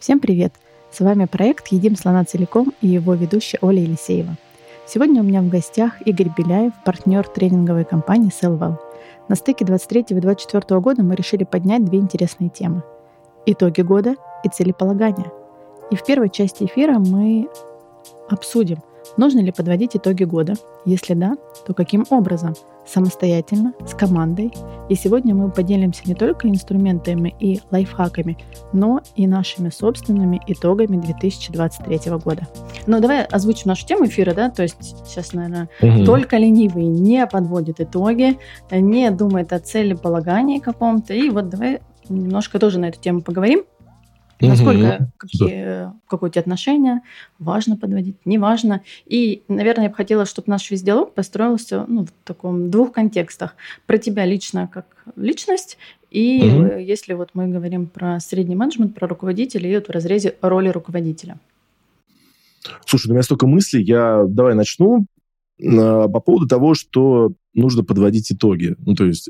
Всем привет! С вами проект «Едим слона целиком» и его ведущая Оля Елисеева. Сегодня у меня в гостях Игорь Беляев, партнер тренинговой компании Sellwell. На стыке 23 и 24 года мы решили поднять две интересные темы. Итоги года и целеполагание. И в первой части эфира мы обсудим, нужно ли подводить итоги года. Если да, то каким образом? Самостоятельно, с командой. И сегодня мы поделимся не только инструментами и лайфхаками, но и нашими собственными итогами 2023 года. Ну, давай озвучим нашу тему эфира, да, то есть сейчас, наверное, только ленивый не подводит итоги, не думает о целеполагании каком-то. И вот давай немножко тоже на эту тему поговорим. Насколько, какое у тебя отношение, важно подводить, не важно. И, наверное, я бы хотела, чтобы наш весь диалог построился в таком двух контекстах. Про тебя лично как личность, и если вот мы говорим про средний менеджмент, про руководителя, и вот в разрезе роли руководителя. Слушай, у меня столько мыслей. Давай начну по поводу того, что нужно подводить итоги. То есть...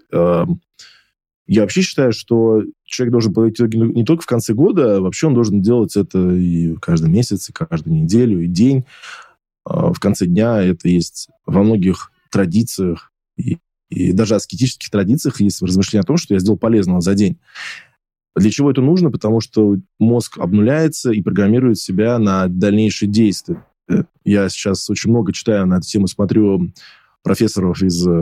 Я вообще считаю, что человек должен подводить итоги не только в конце года, а вообще он должен делать это и каждый месяц, и каждую неделю, и день. В конце дня это есть во многих традициях, и даже аскетических традициях есть размышления о том, что я сделал полезного за день. Для чего это нужно? Потому что мозг обнуляется и программирует себя на дальнейшие действия. Я сейчас очень много читаю на эту тему, смотрю профессоров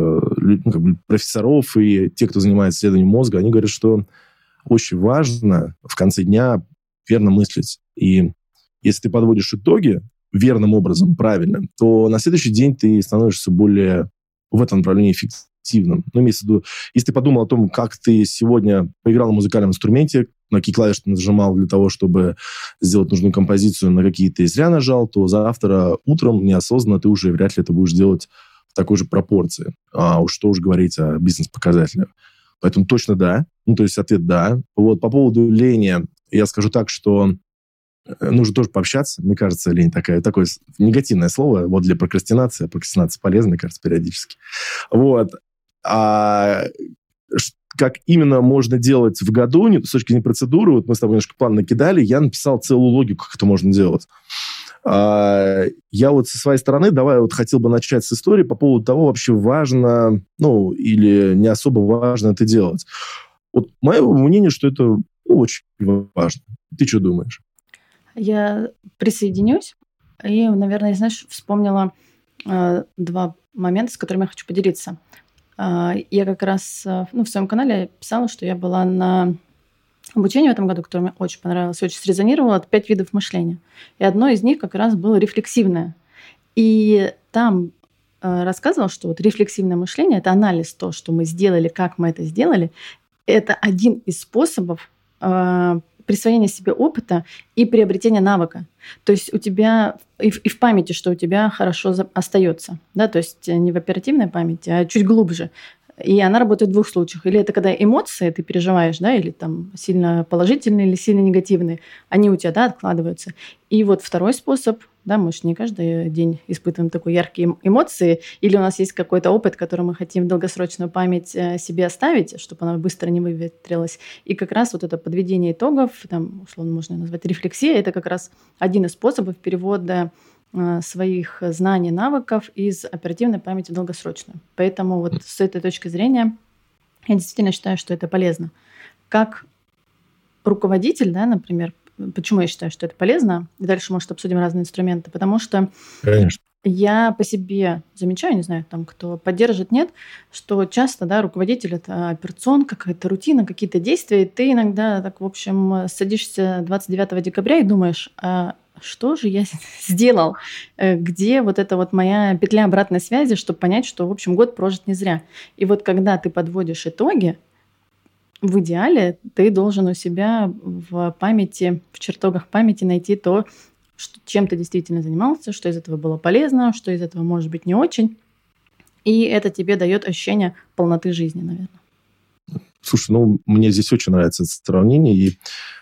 профессоров и те, кто занимается исследованием мозга, они говорят, что очень важно в конце дня верно мыслить. И если ты подводишь итоги верным образом, правильно, то на следующий день ты становишься более в этом направлении эффективным. Имеется в виду, если ты подумал о том, как ты сегодня поиграл на музыкальном инструменте, на какие клавиши ты нажимал для того, чтобы сделать нужную композицию, на какие ты зря нажал, то завтра утром неосознанно ты уже вряд ли это будешь делать в такой же пропорции. А уж что уж говорить о бизнес-показателях. Поэтому точно да. То есть ответ да. Вот по поводу лени я скажу так, что нужно тоже пообщаться. Мне кажется, лень такое негативное слово вот для прокрастинации. Прокрастинация полезна, мне кажется, периодически. Вот. А как именно можно делать в году, с точки зрения процедуры, вот мы с тобой немножко план накидали, я написал целую логику, как это можно делать. Я вот со своей стороны, хотел бы начать с истории по поводу того, вообще важно, или не особо важно это делать. Вот мое мнение, что это очень важно. Ты что думаешь? Я присоединюсь и, наверное, вспомнила два момента, с которыми я хочу поделиться. Я как раз в своем канале писала, что я была на обучение в этом году, которое мне очень понравилось, очень срезонировало, это 5 видов мышления. И одно из них как раз было рефлексивное. И там рассказывал, что вот рефлексивное мышление – это анализ того, что мы сделали, как мы это сделали. Это один из способов присвоения себе опыта и приобретения навыка. То есть у тебя и в памяти, что у тебя хорошо остается. Да? То есть не в оперативной памяти, а чуть глубже. И она работает в двух случаях. Или это когда эмоции ты переживаешь, да, или там сильно положительные, или сильно негативные, они у тебя, да, откладываются. И вот второй способ, да, мы же не каждый день испытываем такие яркие эмоции, или у нас есть какой-то опыт, который мы хотим в долгосрочную память себе оставить, чтобы она быстро не выветрилась. И как раз вот это подведение итогов, там, условно можно назвать рефлексия, это как раз один из способов перевода своих знаний, навыков из оперативной памяти в долгосрочную. Поэтому вот с этой точки зрения я действительно считаю, что это полезно. Как руководитель, да, например, почему я считаю, что это полезно, и дальше, может, обсудим разные инструменты, потому что я по себе замечаю, не знаю, там, кто поддержит, нет, что часто, да, руководитель – это операционка, какая-то рутина, какие-то действия, и ты иногда, так, в общем, садишься 29 декабря и думаешь, что же я сделал? Где вот эта вот моя петля обратной связи, чтобы понять, что, в общем, год прожит не зря. И вот когда ты подводишь итоги, в идеале ты должен у себя в памяти, в чертогах памяти найти то, чем ты действительно занимался, что из этого было полезно, что из этого может быть не очень. И это тебе дает ощущение полноты жизни, наверное. Слушай, мне здесь очень нравится это сравнение. И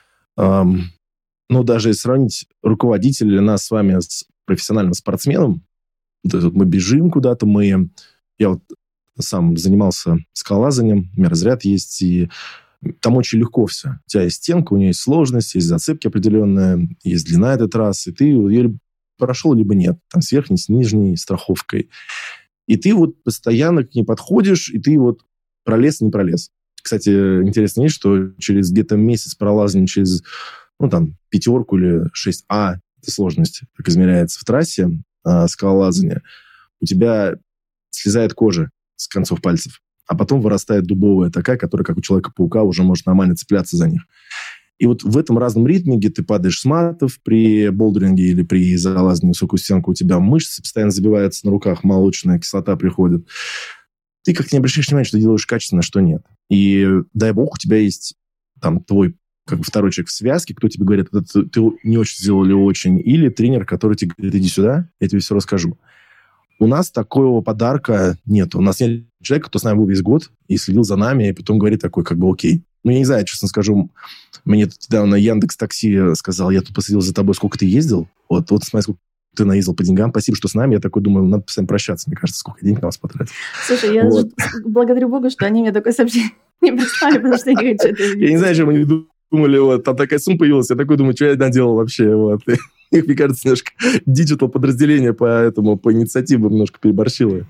даже если сравнить руководителя или нас с вами с профессиональным спортсменом, вот мы бежим куда-то, я вот сам занимался скалолазанием, у меня разряд есть, и Там очень легко все. У тебя есть стенка, у нее есть сложность, есть зацепки определенные, есть длина этой трассы. Ты ее прошел, либо нет. Там с верхней, с нижней страховкой. И ты вот постоянно к ней подходишь, и ты вот пролез, не пролез. Кстати, интересно есть, что через где-то месяц пролазания через, там, 5 или 6А, это сложность, как измеряется в трассе скалолазания, у тебя слезает кожа с концов пальцев, а потом вырастает дубовая такая, которая, как у Человека-паука, уже может нормально цепляться за них. И вот в этом разном ритме, где ты падаешь с матов при болдеринге или при залазании в высокую стенку, у тебя мышцы постоянно забиваются на руках, молочная кислота приходит. Ты как-то не обращаешь внимания, что делаешь качественно, что нет. И дай бог, у тебя есть там твой как бы второй человек в связке, кто тебе говорит, ты не очень сделал или очень, или тренер, который тебе говорит, иди сюда, я тебе все расскажу. У нас такого подарка нет. У нас нет человека, кто с нами был весь год и следил за нами, и потом говорит такой, как бы, окей. Я не знаю, честно скажу, мне тут недавно Яндекс.Такси сказал, я тут последил за тобой, сколько ты ездил. Вот смотри, сколько ты наездил по деньгам, спасибо, что с нами. Я такой думаю, надо постоянно прощаться, мне кажется, сколько денег на вас потратил. Слушай, я благодарю Бога, что они мне такое сообщение не прислали, потому что я не хочу это видеть. Я не знаю, чем они думали, там такая сумма появилась, я такой думаю, что я наделал вообще, Их, мне кажется, немножко диджитал подразделение по инициативам немножко переборщило.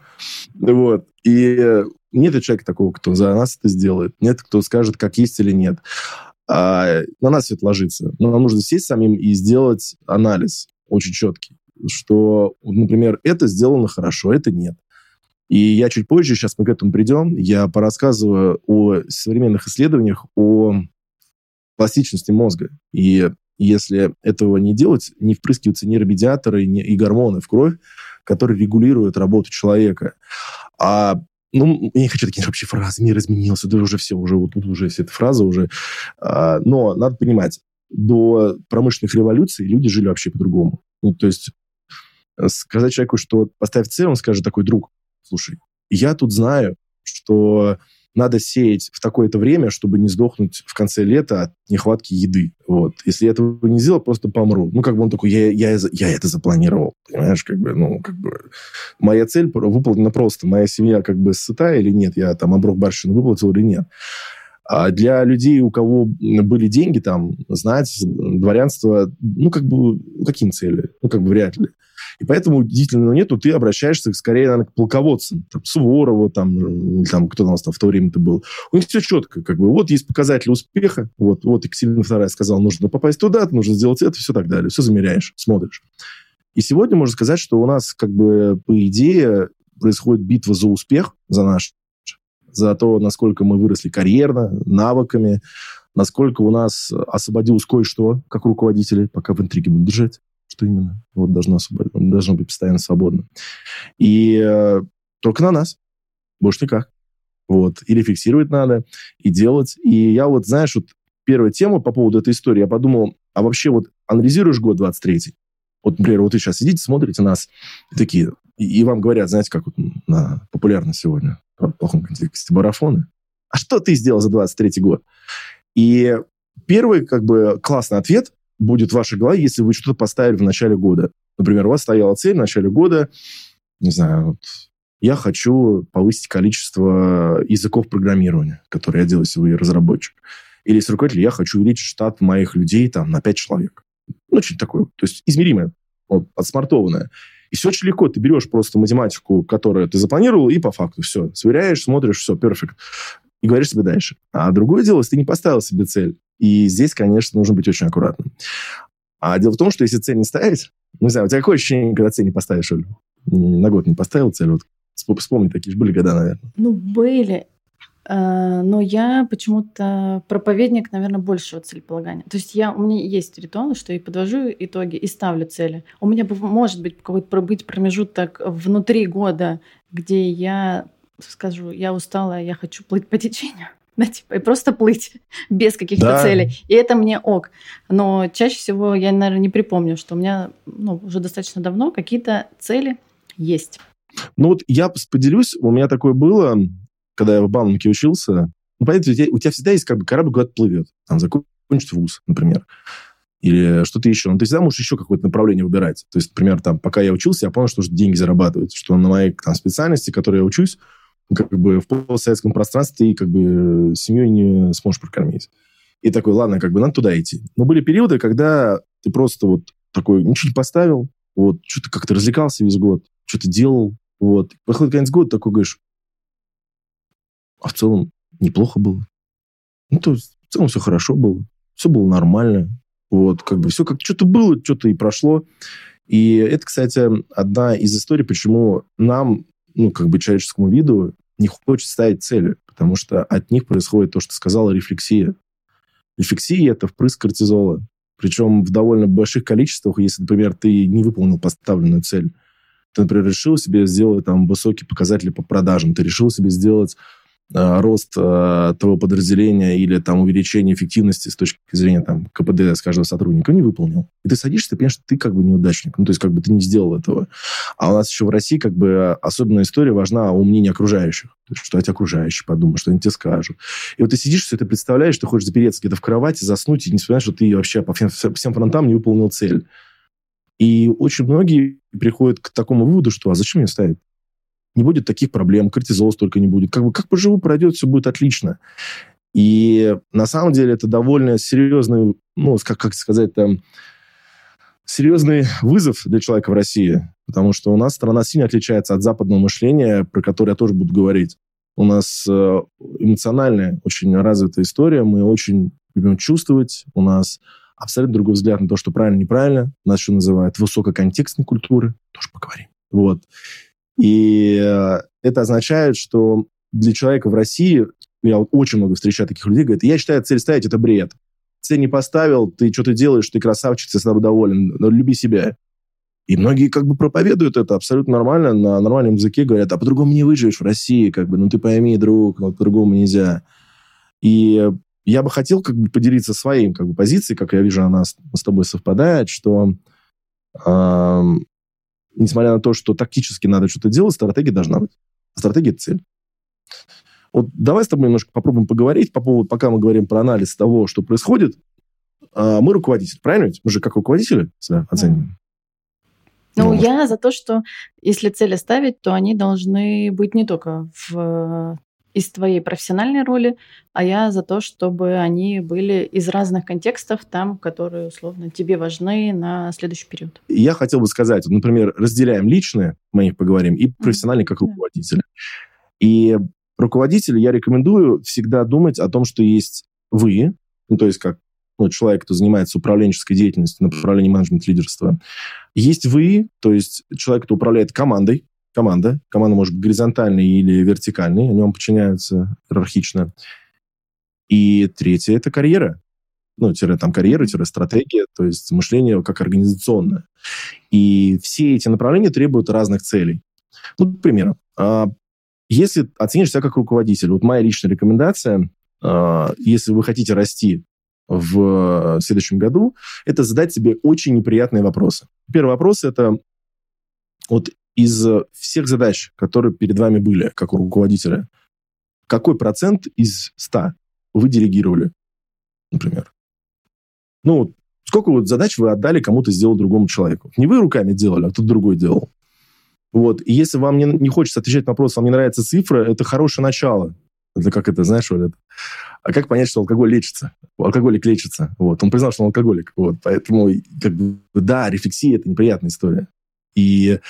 И нет человека такого, кто за нас это сделает. Нет, кто скажет, как есть или нет. На нас все это ложится. Но нам нужно сесть самим и сделать анализ очень четкий, что, например, это сделано хорошо, это нет. И я чуть позже, сейчас мы к этому придем, я порассказываю о современных исследованиях о пластичности мозга. И если этого не делать, не впрыскиваются нейромедиаторы и гормоны в кровь, которые регулируют работу человека. Я не хочу такие вообще фразы, мир изменился, да уже все, тут уже все эта фраза уже. Но надо понимать, до промышленных революций люди жили вообще по-другому. То есть сказать человеку, что поставь цель, он скажет такой, друг, слушай, я тут знаю, что надо сеять в такое-то время, чтобы не сдохнуть в конце лета от нехватки еды. Если я этого не сделал, просто помру. Он такой, я это запланировал. Понимаешь, моя цель выполнена просто. Моя семья сыта или нет? Я там оброк барщину выплатил или нет? А для людей, у кого были деньги, знать, дворянство, какие цели? Вряд ли. И поэтому удивительного нету, ты обращаешься скорее, наверное, к полководцам. Суворову, кто у нас в то время-то был. У них все четко. Есть показатели успеха. Екатерина II сказала, нужно попасть туда, нужно сделать это, все так далее. Все замеряешь, смотришь. И сегодня можно сказать, что у нас, по идее, происходит битва за успех, за то, насколько мы выросли карьерно, навыками, насколько у нас освободилось кое-что, как руководители, пока в интриге будут держать. Что именно? Должно быть постоянно свободно. И только на нас. Больше никак. Или фиксировать надо, и делать. И я первая тема по поводу этой истории, я подумал, а вообще анализируешь год 23-й? Например, вы сейчас сидите, смотрите нас, и такие, и вам говорят, знаете, как популярно сегодня, в плохом контексте, марафоны. А что ты сделал за 23-й год? И первый, классный ответ будет в вашей голове, если вы что-то поставили в начале года. Например, у вас стояла цель в начале года, не знаю, я хочу повысить количество языков программирования, которые я делаю, если вы разработчик. Или если руководитель, я хочу увеличить штат моих людей на 5 человек. Что-то такое. То есть измеримое, отсмартованное. И все очень легко. Ты берешь просто математику, которую ты запланировал, и по факту все. Сверяешь, смотришь, все, перфект. И говоришь себе дальше. А другое дело, если ты не поставил себе цель. И здесь, конечно, нужно быть очень аккуратным. А дело в том, что если цель не ставить... Не знаю, у тебя какое ощущение, когда цель не поставишь, Оль? На год не поставил цель? Вспомни, такие же были года, наверное. Были. Но я почему-то проповедник, наверное, большего целеполагания. То есть у меня есть ритуалы, что я подвожу итоги и ставлю цели. У меня может быть какой-то промежуток внутри года, где я скажу, я устала, я хочу плыть по течению. И просто плыть без каких-то целей. И это мне ок. Но чаще всего я, наверное, не припомню, что у меня уже достаточно давно какие-то цели есть. Я поделюсь. У меня такое было, когда я в Бауманке учился. Понятно, у тебя всегда есть корабль куда-то плывет. Закончить вуз, например. Или что-то еще. Ты всегда можешь еще какое-то направление выбирать. То есть, например, пока я учился, я понял, что нужно деньги зарабатывать. Что на моей специальности, в которой я учусь, как бы в постсоветском пространстве ты как бы семью не сможешь прокормить. И такой, ладно, как бы надо туда идти. Но были периоды, когда ты просто вот такой, ничего не поставил, вот, что-то как-то развлекался весь год, что-то делал, вот. Проходит конец года, такой говоришь, а в целом неплохо было. Ну, то есть в целом все хорошо было, все было нормально, вот, как бы все как что-то было, что-то и прошло. И это, кстати, одна из историй, почему нам, ну, как бы человеческому виду не хочется ставить цели, потому что от них происходит то, что сказала, рефлексия. Рефлексия – это впрыск кортизола. Причем в довольно больших количествах, если, например, ты не выполнил поставленную цель. Ты, например, решил себе сделать там высокие показатели по продажам, ты решил себе сделать рост твоего подразделения или там увеличение эффективности с точки зрения там КПД с каждого сотрудника, не выполнил. И ты садишься, ты понимаешь, что ты как бы неудачник. Ну, то есть как бы ты не сделал этого. А у нас еще в России как бы особенная история важна у мнения окружающих. То есть, что эти окружающие подумают, что они тебе скажут. И вот ты сидишь, все это представляешь, ты хочешь запереться где-то в кровати, заснуть и не вспоминаешь, что ты вообще по всем фронтам не выполнил цель. И очень многие приходят к такому выводу, что а зачем мне ставить? Не будет таких проблем, кортизола столько не будет. Как поживу, пройдет, все будет отлично. И на самом деле это довольно серьезный, ну, как сказать, там, серьезный вызов для человека в России. Потому что у нас страна сильно отличается от западного мышления, про которое я тоже буду говорить. У нас эмоциональная, очень развитая история. Мы очень любим чувствовать. У нас абсолютно другой взгляд на то, что правильно, неправильно. Нас еще называют высококонтекстной культуры. Тоже поговорим. Вот. И это означает, что для человека в России, я вот очень много встречаю таких людей, говорят, я считаю, цель ставить – это бред. Цель не поставил, ты что-то делаешь, ты красавчик, ты с тобой доволен, но люби себя. И многие как бы проповедуют это абсолютно нормально, на нормальном языке говорят, а по-другому не выживешь в России, как бы, ну ты пойми, друг, ну, по-другому нельзя. И я бы хотел как бы поделиться своей как бы позицией, как я вижу, она с тобой совпадает, что несмотря на то, что тактически надо что-то делать, стратегия должна быть. Стратегия – это цель. Вот давай с тобой немножко попробуем поговорить по поводу, пока мы говорим про анализ того, что происходит. Мы руководитель, правильно ведь? Мы же как руководители себя оцениваем. Ну, я за то, что если цели ставить, то они должны быть не только из твоей профессиональной роли, а я за то, чтобы они были из разных контекстов, там, которые, условно, тебе важны на следующий период. Я хотел бы сказать, например, разделяем личное, мы о них поговорим, и профессиональное как руководителя. И руководителю я рекомендую всегда думать о том, что есть вы, ну, то есть как человек, кто занимается управленческой деятельностью, направлением менеджмент-лидерства. Есть вы, то есть человек, кто управляет командой. Команда может быть горизонтальной или вертикальной, они вам подчиняются иерархично. И третье – это карьера. Карьера, стратегия, то есть мышление как организационное. И все эти направления требуют разных целей. Ну, к примеру, если оценишь себя как руководитель, вот моя личная рекомендация, если вы хотите расти в следующем году, это задать себе очень неприятные вопросы. Первый вопрос – это вот из всех задач, которые перед вами были, как у руководителя, какой процент из 100 вы делегировали, например? Сколько вот задач вы отдали кому-то сделать другому человеку? Не вы руками делали, а кто-то другой делал. Вот. И если вам не хочется отвечать на вопрос, вам не нравится цифра, это хорошее начало. Это как это, знаешь, Оля? А как понять, что алкоголь лечится? Алкоголик лечится. Вот. Он признал, что он алкоголик. Вот. Поэтому, да, рефлексия – это неприятная история. И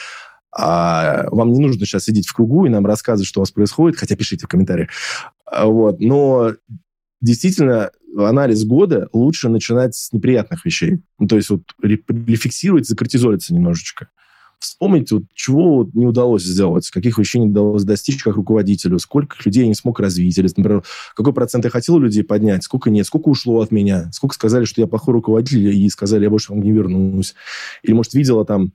вам не нужно сейчас сидеть в кругу и нам рассказывать, что у вас происходит, хотя пишите в комментариях. Вот. Но действительно, анализ года лучше начинать с неприятных вещей. То есть рефлексировать, закортизолиться немножечко. Вспомнить, чего не удалось сделать, каких вещей не удалось достичь как руководителю, сколько людей я не смог развить, или, например, какой процент я хотел людей поднять, сколько нет, сколько ушло от меня, сколько сказали, что я плохой руководитель, и сказали, я больше вам не вернусь. Или, может, видела там,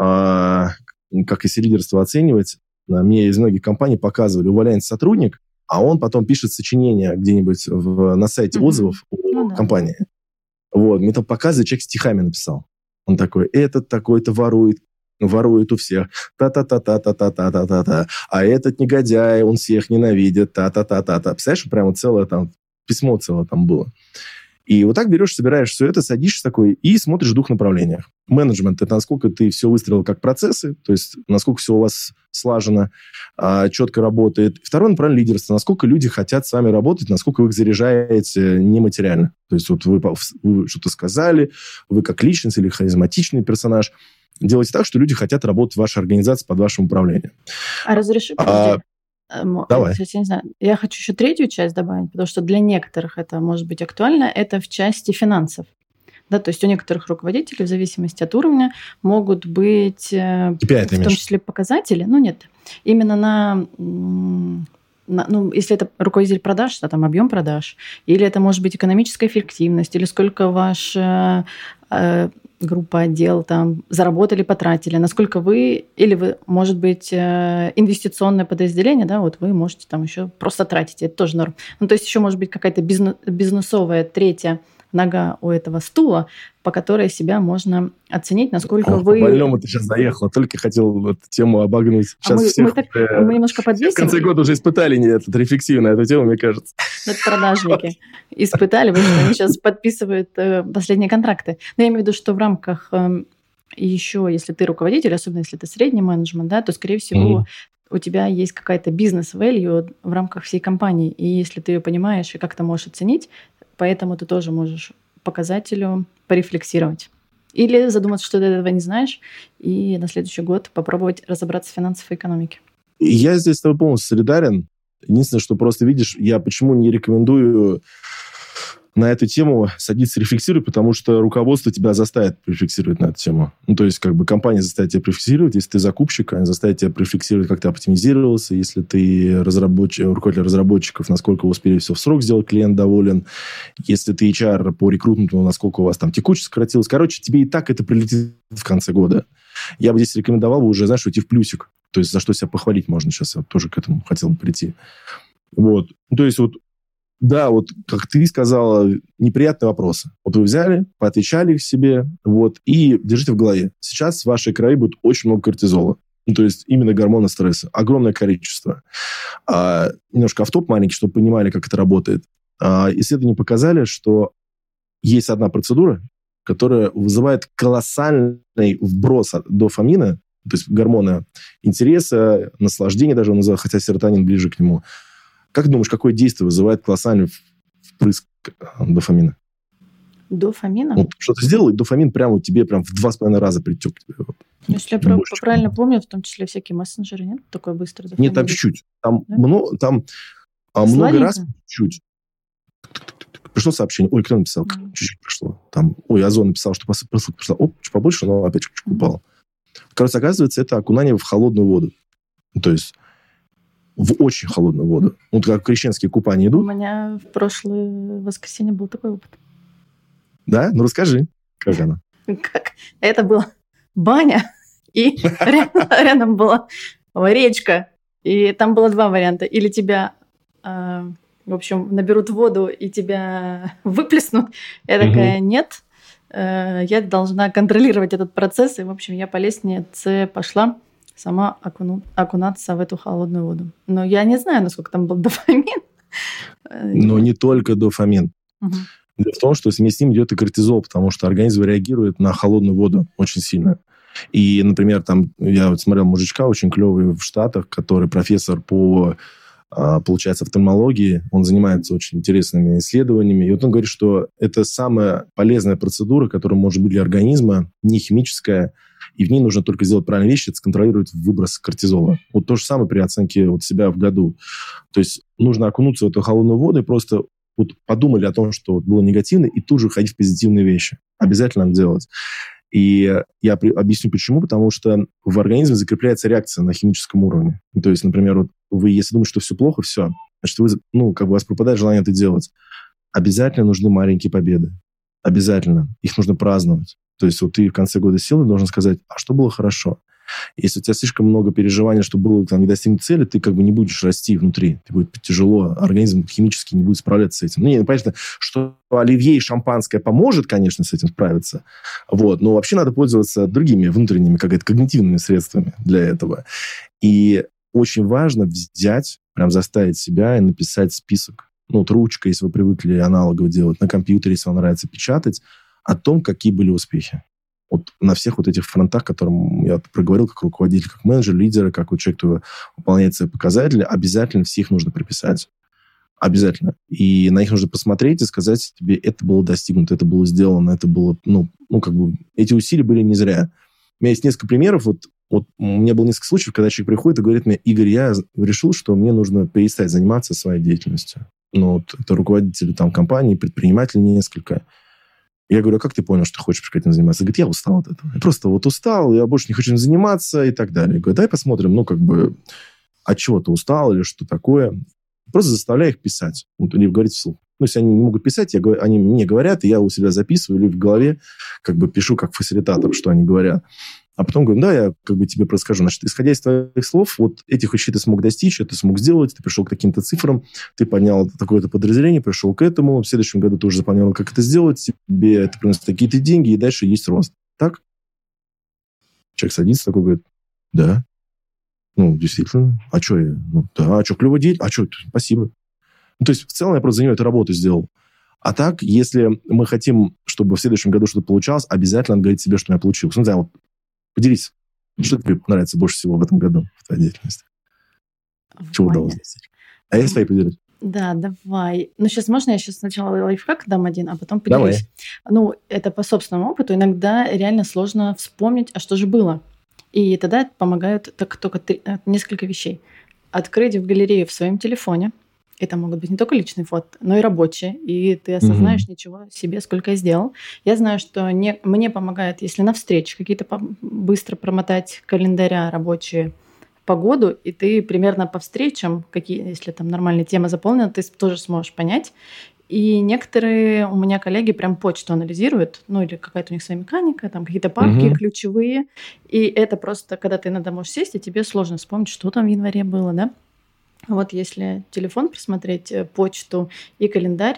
как если лидерство оценивать, мне из многих компаний показывали, увольняется сотрудник, а он потом пишет сочинение где-нибудь на сайте отзывов о компании. Вот, мне там показывают, человек стихами написал. Он такой, этот такой-то ворует у всех, та-та-та-та-та-та-та-та-та, а этот негодяй, он всех ненавидит, та-та-та-та-та. Представляешь, прямо целое там, письмо целое там было. И вот так берешь, собираешь все это, садишься такой и смотришь в двух направлениях. Менеджмент – это насколько ты все выстроил как процессы, то есть насколько все у вас слажено, четко работает. Второе направление – лидерство. Насколько люди хотят с вами работать, насколько вы их заряжаете нематериально. То есть вот вы что-то сказали, вы как личность или харизматичный персонаж делаете так, что люди хотят работать в вашей организации под вашим управлением. Разреши, подожди. Давай. Я не знаю. Я хочу еще третью часть добавить, потому что для некоторых это может быть актуально. Это в части финансов. Да, то есть у некоторых руководителей, в зависимости от уровня, могут быть в том числе показатели. Ну, нет. Именно если это руководитель продаж, то там объем продаж, или это может быть экономическая эффективность, или сколько ваша группа, отдел там заработали, потратили, насколько вы, или вы, может быть, инвестиционное подразделение, да, вот вы можете там еще просто тратить, это тоже норм. Ну, то есть еще может быть какая-то бизнесовая третья нога у этого стула, по которой себя можно оценить, насколько вы... По больному ты сейчас заехала, только хотел эту тему обогнуть. Сейчас мы немножко подвесим. В конце года уже испытали рефлексию на эту тему, мне кажется. Это продажники испытали, потому что они сейчас подписывают последние контракты. Но я имею в виду, что в рамках еще, если ты руководитель, особенно если ты средний менеджмент, да, то, скорее всего, у тебя есть какая-то бизнес-value в рамках всей компании. И если ты ее понимаешь и как-то можешь оценить, поэтому ты тоже можешь показателю порефлексировать. Или задуматься, что ты этого не знаешь, и на следующий год попробовать разобраться в финансовой экономике. Я здесь с тобой полностью солидарен. Единственное, что просто видишь, я почему не рекомендую на эту тему садиться рефлексировать, потому что руководство тебя заставит рефлексировать на эту тему. Ну, то есть, как бы компания заставит тебя рефлексировать, если ты закупщик, они заставят тебя рефлексировать, как ты оптимизировался, если ты руководитель разработчиков, насколько вы успели все в срок сделать, клиент доволен, если ты HR по рекрутменту, насколько у вас там текучесть сократилась. Короче, тебе и так это прилетит в конце года. Я бы здесь рекомендовал бы уже, знаешь, уйти в плюсик. То есть, за что себя похвалить можно сейчас. Я тоже к этому хотел бы прийти. Вот. То есть, вот да, вот как ты сказала, неприятные вопросы. Вот вы взяли, поотвечали их себе, вот, и держите в голове. Сейчас в вашей крови будет очень много кортизола. Ну, то есть именно гормона стресса. Огромное количество. Немножко автоп маленький, чтобы понимали, как это работает. Исследования показали, что есть одна процедура, которая вызывает колоссальный вброс дофамина, то есть гормона интереса, наслаждения даже он называют, хотя серотонин ближе к нему. Как думаешь, какое действие вызывает колоссальный впрыск дофамина? Дофамина? Вот что ты сделал, и дофамин прямо тебе прям в 2,5 раза притек. Если я правильно помню, в том числе всякие мессенджеры, нет? Такое быстро дофамин. Нет, там чуть-чуть. Там, да? Много раз чуть. Пришло сообщение. Ой, кто написал? Чуть-чуть пришло. Там, Озон написал, что просылка пришла. Чуть побольше, но опять чуть-чуть упало. Короче, оказывается, это окунание в холодную воду. То есть в очень холодную воду. Вот как крещенские купания идут. У меня в прошлое воскресенье был такой опыт. Да? Ну, расскажи, как она. Как? Это была баня, и рядом была речка. И там было два варианта. Или тебя, в общем, наберут воду и тебя выплеснут. Я такая, нет, я должна контролировать этот процесс. И, в общем, я по лестнице пошла сама окунаться в эту холодную воду. Но я не знаю, насколько там был дофамин. Но не только дофамин. Дело в том, что вместе с ним идет и кортизол, потому что организм реагирует на холодную воду очень сильно. И, например, там я вот смотрел мужичка очень клевый в Штатах, который профессор по, получается, офтальмологии. Он занимается очень интересными исследованиями. И вот он говорит, что это самая полезная процедура, которая может быть для организма, не химическая, и в ней нужно только сделать правильные вещи, это сконтролировать выброс кортизола. Вот то же самое при оценке вот себя в году. То есть нужно окунуться в эту холодную воду и просто вот подумали о том, что было негативно, и тут же ходить в позитивные вещи. Обязательно надо делать. И я объясню почему. Потому что в организме закрепляется реакция на химическом уровне. То есть, например, вот вы, если думаете, что все плохо, все, значит, вы, у вас пропадает желание это делать. Обязательно нужны маленькие победы. Обязательно. Их нужно праздновать. То есть вот ты в конце года сел и должен сказать, а что было хорошо? Если у тебя слишком много переживаний, что было там не достигнуть цели, ты как бы не будешь расти внутри. Тебе будет тяжело, организм химически не будет справляться с этим. Ну, понятно, что оливье и шампанское поможет, конечно, с этим справиться. Вот. Но вообще надо пользоваться другими внутренними, когнитивными средствами для этого. И очень важно взять, прям заставить себя и написать список ну, вот ручкой, если вы привыкли аналогово делать, на компьютере, если вам нравится печатать, о том, какие были успехи. Вот на всех вот этих фронтах, которым я проговорил, как руководитель, как менеджер, лидер, как вот человек, кто выполняет свои показатели, обязательно всех нужно прописать. Обязательно. И на них нужно посмотреть и сказать тебе, это было достигнуто, это было сделано, это было, ну как бы, эти усилия были не зря. У меня есть несколько примеров. Вот у меня было несколько случаев, когда человек приходит и говорит мне, Игорь, я решил, что мне нужно перестать заниматься своей деятельностью. Ну, вот это руководители там компании, предприниматели несколько. Я говорю, а как ты понял, что ты хочешь этим заниматься? Говорит, я устал от этого. Я просто вот устал, я больше не хочу этим заниматься и так далее. Я говорю, дай посмотрим, ну, как бы, от чего ты устал или что такое. Просто заставляю их писать. Вот, или говорить вслух. Ну, если они не могут писать, они мне говорят, и я у себя записываю или в голове как бы пишу как фасилитатор, что они говорят. А потом говорю, да, я как бы тебе расскажу. Значит, исходя из твоих слов, вот этих вещей ты смог достичь, это смог сделать, ты пришел к таким-то цифрам, ты поднял такое-то подразделение, пришел к этому, в следующем году ты уже запланировал, как это сделать, тебе это приносит такие-то деньги, и дальше есть рост. Так? Человек садится такой, говорит, да. Ну, действительно. А что я? Ну, да, а что, клево делать? А что, спасибо. Ну, то есть, в целом, я просто за него эту работу сделал. А так, если мы хотим, чтобы в следующем году что-то получалось, обязательно надо говорить себе, что у меня получилось. Ну, не знаю, вот поделись, что тебе нравится больше всего в этом году в твоей деятельности? Чего удалось достичь? А я свои поделюсь. Да, давай. Ну, сейчас можно я сначала лайфхак дам один, а потом поделюсь. Давай. Ну, это по собственному опыту. Иногда реально сложно вспомнить, а что же было. И тогда помогают только несколько вещей. Открыть в галерею в своем телефоне. Это могут быть не только личные фото, но и рабочие. И ты осознаешь ничего себе, сколько я сделал. Я знаю, что мне помогает, если на встрече какие-то быстро промотать календаря рабочие, погоду, и ты примерно по встречам, если там нормальная тема заполнена, ты тоже сможешь понять. И некоторые у меня коллеги прям почту анализируют, ну или какая-то у них своя механика, там какие-то папки ключевые. И это просто, когда ты иногда можешь сесть, и тебе сложно вспомнить, что там в январе было, да? Вот если телефон просмотреть, почту и календарь,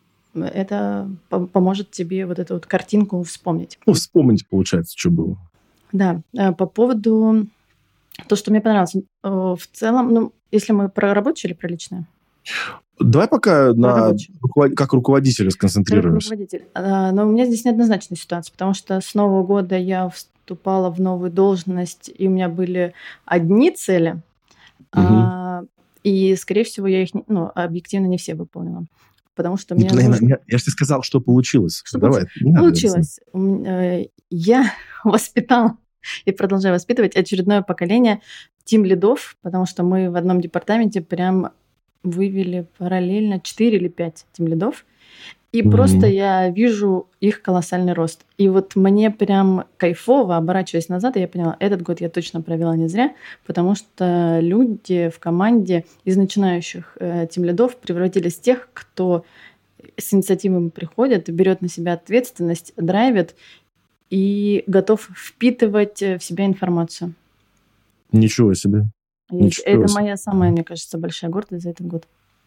это поможет тебе вот эту вот картинку вспомнить. Ну, вспомнить, получается, что было. Да, по поводу то, что мне понравилось. В целом, ну, если мы про рабочее или про личное? Давай пока как руководителя сконцентрируемся. Как руководитель. Но у меня здесь неоднозначная ситуация, потому что с Нового года я вступала в новую должность, и у меня были одни цели, и, скорее всего, я их объективно не все выполнила. Потому что я же тебе сказал, что получилось. Давай. Получилось. Я воспитала и продолжаю воспитывать очередное поколение тимлидов, потому что мы в одном департаменте прям вывели параллельно 4 или 5 тимлидов. И просто я вижу их колоссальный рост. И вот мне прям кайфово, оборачиваясь назад, и я поняла, этот год я точно провела не зря, потому что люди в команде из начинающих тимлидов превратились в тех, кто с инициативами приходит, берет на себя ответственность, драйвит и готов впитывать в себя информацию. Ничего себе. Это моя самая, мне кажется, большая гордость за этот год.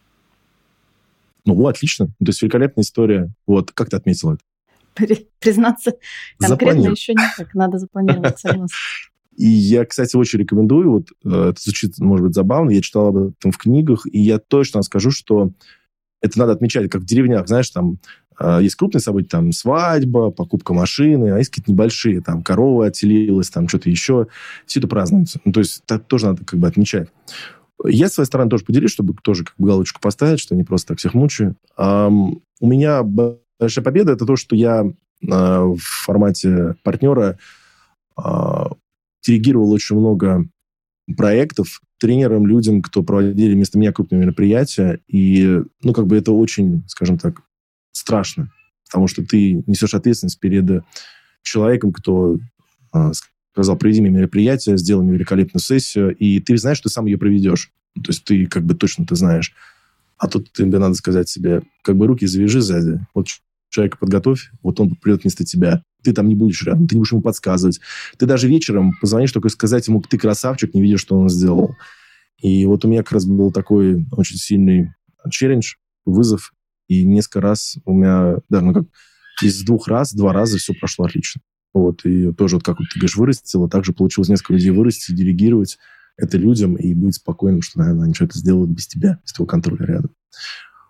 Ну, отлично. То есть великолепная история. Вот, как ты отметила это? Признаться, конкретно еще никак. Надо запланировать, согласна. И я, кстати, очень рекомендую. Вот это звучит, может быть, забавно. Я читал об этом в книгах, и я точно скажу, что это надо отмечать, как в деревнях, знаешь, там есть крупные события, там свадьба, покупка машины, а есть какие-то небольшие, там корова отселилась, там что-то еще. Все это празднуется. Ну, то есть это тоже надо как бы отмечать. Я, с своей стороны, тоже поделюсь, чтобы тоже как бы галочку поставить, что не просто так всех мучаю. У меня большая победа – это то, что я в формате партнера диригировал очень много проектов тренерам, людям, кто проводили вместо меня крупные мероприятия. И, ну, как бы это очень, скажем так, страшно, потому что ты несешь ответственность перед человеком, кто сказал, проведи мне мероприятие, сделай мне великолепную сессию, и ты знаешь, что ты сам ее проведешь. То есть ты как бы точно ты знаешь. А тут тебе надо сказать себе, как бы руки завяжи сзади, вот человека подготовь, вот он придет вместо тебя. Ты там не будешь рядом, ты не будешь ему подсказывать. Ты даже вечером позвонишь, только сказать ему, ты красавчик, не видишь, что он сделал. И вот у меня как раз был такой очень сильный челлендж, вызов, и несколько раз у меня, даже как из 2 раза все прошло отлично. Вот, и тоже, вот как вот ты говоришь, вырастила, также получилось несколько людей вырастить, делегировать это людям и быть спокойным, что, наверное, они что-то сделают без тебя, без твоего контроля рядом.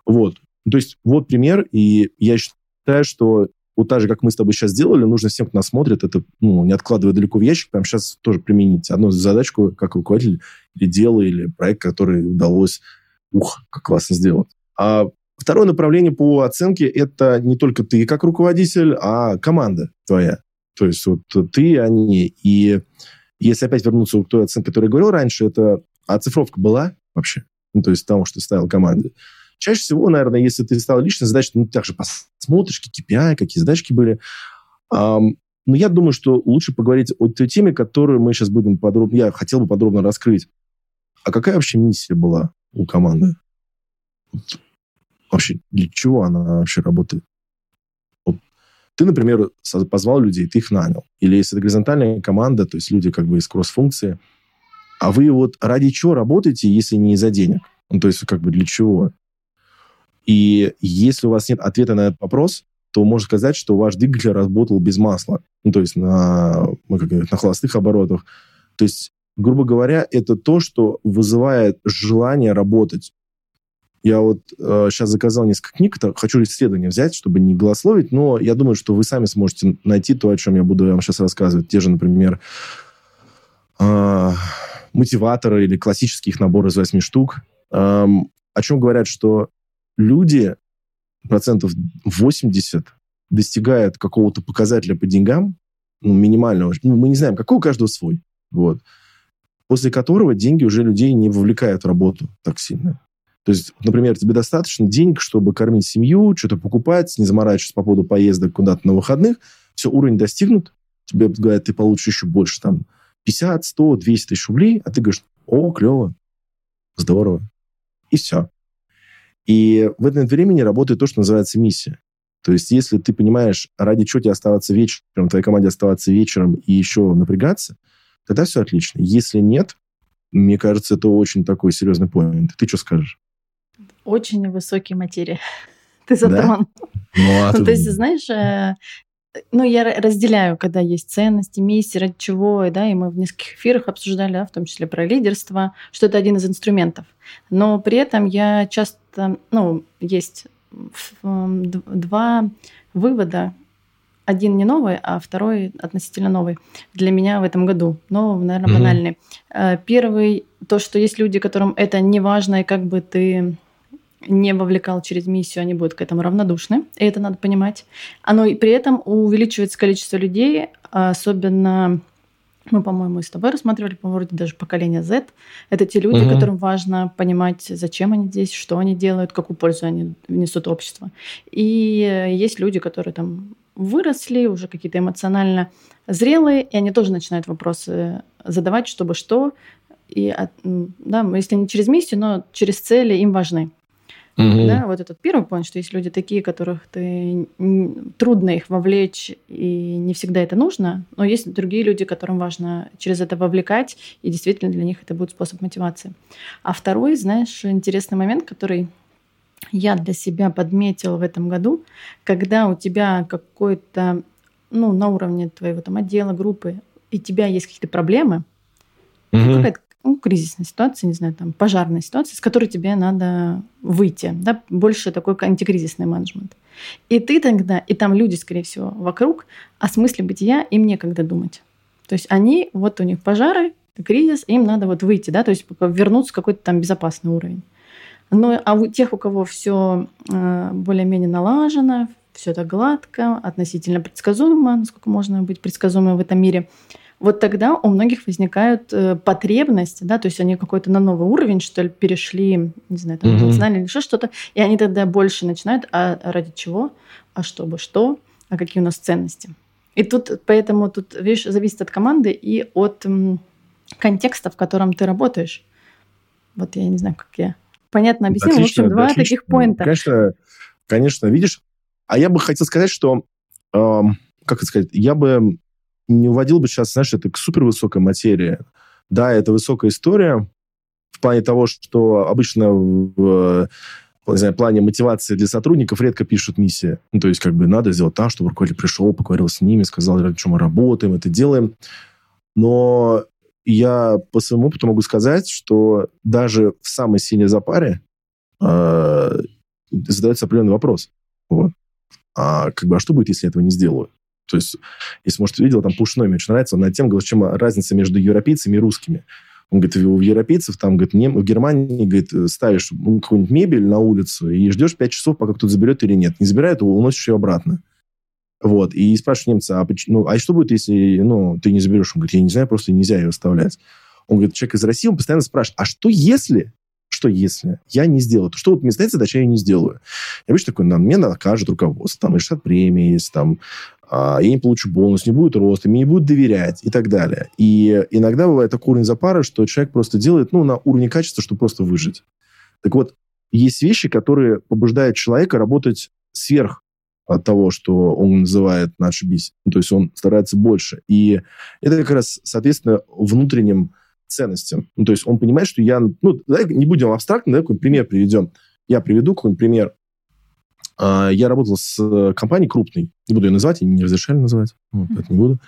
Вот. То есть вот пример, и я считаю, что вот так же, как мы с тобой сейчас сделали, нужно всем, кто нас смотрит, это, не откладывая далеко в ящик, прямо сейчас тоже применить одну задачку, как руководитель или дело, или проект, который удалось, как классно сделать. А второе направление по оценке – это не только ты как руководитель, а команда твоя. То есть вот ты, они. И если опять вернуться к той оценке, которую я говорил раньше, это оцифровка была вообще? То есть того, что ставил команде. Чаще всего, наверное, если ты ставил личные задачи, ты также посмотришь, какие KPI, какие задачки были. Но я думаю, что лучше поговорить о той теме, которую мы сейчас будем подробно... Я хотел бы подробно раскрыть. А какая вообще миссия была у команды? Вообще, для чего она вообще работает? Вот ты, например, позвал людей, ты их нанял. Или если это горизонтальная команда, то есть люди как бы из кросс-функции, а вы вот ради чего работаете, если не из-за денег? То есть как бы для чего? И если у вас нет ответа на этот вопрос, то можно сказать, что ваш двигатель работал без масла. То есть на холостых оборотах. То есть, грубо говоря, это то, что вызывает желание работать. Я вот сейчас заказал несколько книг, хочу исследования взять, чтобы не голословить, но я думаю, что вы сами сможете найти то, о чем я буду вам сейчас рассказывать. Те же, например, мотиваторы или классические их наборы из 8 штук. О чем говорят, что люди 80% достигают какого-то показателя по деньгам, минимального. Мы не знаем, какой у каждого свой. Вот. После которого деньги уже людей не вовлекают в работу так сильно. То есть, например, тебе достаточно денег, чтобы кормить семью, что-то покупать, не заморачиваться по поводу поездок куда-то на выходных. Все, уровень достигнут. Тебе говорят, ты получишь еще больше, 50, 100, 200 тысяч рублей, а ты говоришь, клево, здорово. И все. И в это времени работает то, что называется миссия. То есть, если ты понимаешь, ради чего тебе оставаться вечером, твоей команде оставаться вечером и еще напрягаться, тогда все отлично. Если нет, мне кажется, это очень такой серьезный поинт. Ты что скажешь? Очень высокие материи. Ты затронул. Да? То есть, знаешь, я разделяю, когда есть ценности, миссии, ради чего, да, и мы в нескольких эфирах обсуждали, да, в том числе про лидерство, что это один из инструментов. Но при этом я часто, есть два вывода. Один не новый, а второй относительно новый для меня в этом году. Но, наверное, банальный. Первый, то, что есть люди, которым это не важно, и как бы ты не вовлекал через миссию, они будут к этому равнодушны. И это надо понимать. Оно и при этом увеличивается количество людей, особенно... Мы, по-моему, и с тобой рассматривали, по-моему, вроде даже поколение Z. Это те люди, которым важно понимать, зачем они здесь, что они делают, какую пользу они несут обществу. И есть люди, которые выросли, уже какие-то эмоционально зрелые, и они тоже начинают вопросы задавать, чтобы что. И, если не через миссию, но через цели им важны. Да, вот этот первый point, что есть люди такие, которых трудно их вовлечь, и не всегда это нужно, но есть другие люди, которым важно через это вовлекать, и действительно для них это будет способ мотивации. А второй, знаешь, интересный момент, который я для себя подметила в этом году, когда у тебя какой-то, на уровне твоего отдела, группы, и у тебя есть какие-то проблемы, какая-то кризисная ситуация, не знаю, пожарная ситуация, с которой тебе надо выйти. Да? Больше такой антикризисный менеджмент. И ты тогда, и там люди, скорее всего, вокруг, о смысле бытия им некогда думать. То есть они, у них пожары, кризис, им надо выйти, да, то есть вернуться в какой-то безопасный уровень. А у тех, у кого все более-менее налажено, все это гладко, относительно предсказуемо, насколько можно быть предсказуемым в этом мире, вот тогда у многих возникают потребности, да, то есть они какой-то на новый уровень, что ли, перешли, не знаю, эмоционально или еще что-то, и они тогда больше начинают, а ради чего, а чтобы что, а какие у нас ценности. И поэтому тут, видишь, зависит от команды и от контекста, в котором ты работаешь. Вот я не знаю, как я понятно объяснила. В общем, два таких поинта. Конечно, видишь. А я бы хотел сказать, что, я бы не уводил бы сейчас, знаешь, это к супервысокой материи. Да, это высокая история в плане того, что обычно в плане мотивации для сотрудников редко пишут миссии. То есть, надо сделать так, чтобы руководитель пришел, поговорил с ними, сказал, ради чего мы работаем, это делаем. Но я по своему опыту могу сказать, что даже в самой сильной запаре задается определенный вопрос. Вот. А что будет, если я этого не сделаю? То есть, если, может, видел, там Пушной, мне очень нравится, он на тему говорит, в чем разница между европейцами и русскими. Он говорит, у европейцев, там, говорит, в Германии, говорит, ставишь какую-нибудь мебель на улицу и ждешь 5 часов, пока кто-то заберет или нет. Не забирает, уносишь ее обратно. Вот. И спрашиваешь немца, а что будет, если ты не заберешь? Он говорит, я не знаю, просто нельзя ее оставлять. Он говорит, человек из России, он постоянно спрашивает, а что если я не сделаю? То что вот мне стоит задача, я ее не сделаю? Я обычно такой, мне накажет руководство, там, решат премии, есть, там, я не получу бонус, не будет роста, мне не будут доверять и так далее. И иногда бывает такой уровень запара, что человек просто делает, на уровне качества, чтобы просто выжить. Так вот, есть вещи, которые побуждают человека работать сверх от того, что он называет «на ошибись». То есть он старается больше. И это как раз, соответственно, внутренним ценностям. То есть он понимает, что давай не будем абстрактно, давай какой-нибудь пример приведем. Я приведу какой-нибудь пример. Я работал с компанией крупной, не буду ее называть, они не разрешали называть, это не буду,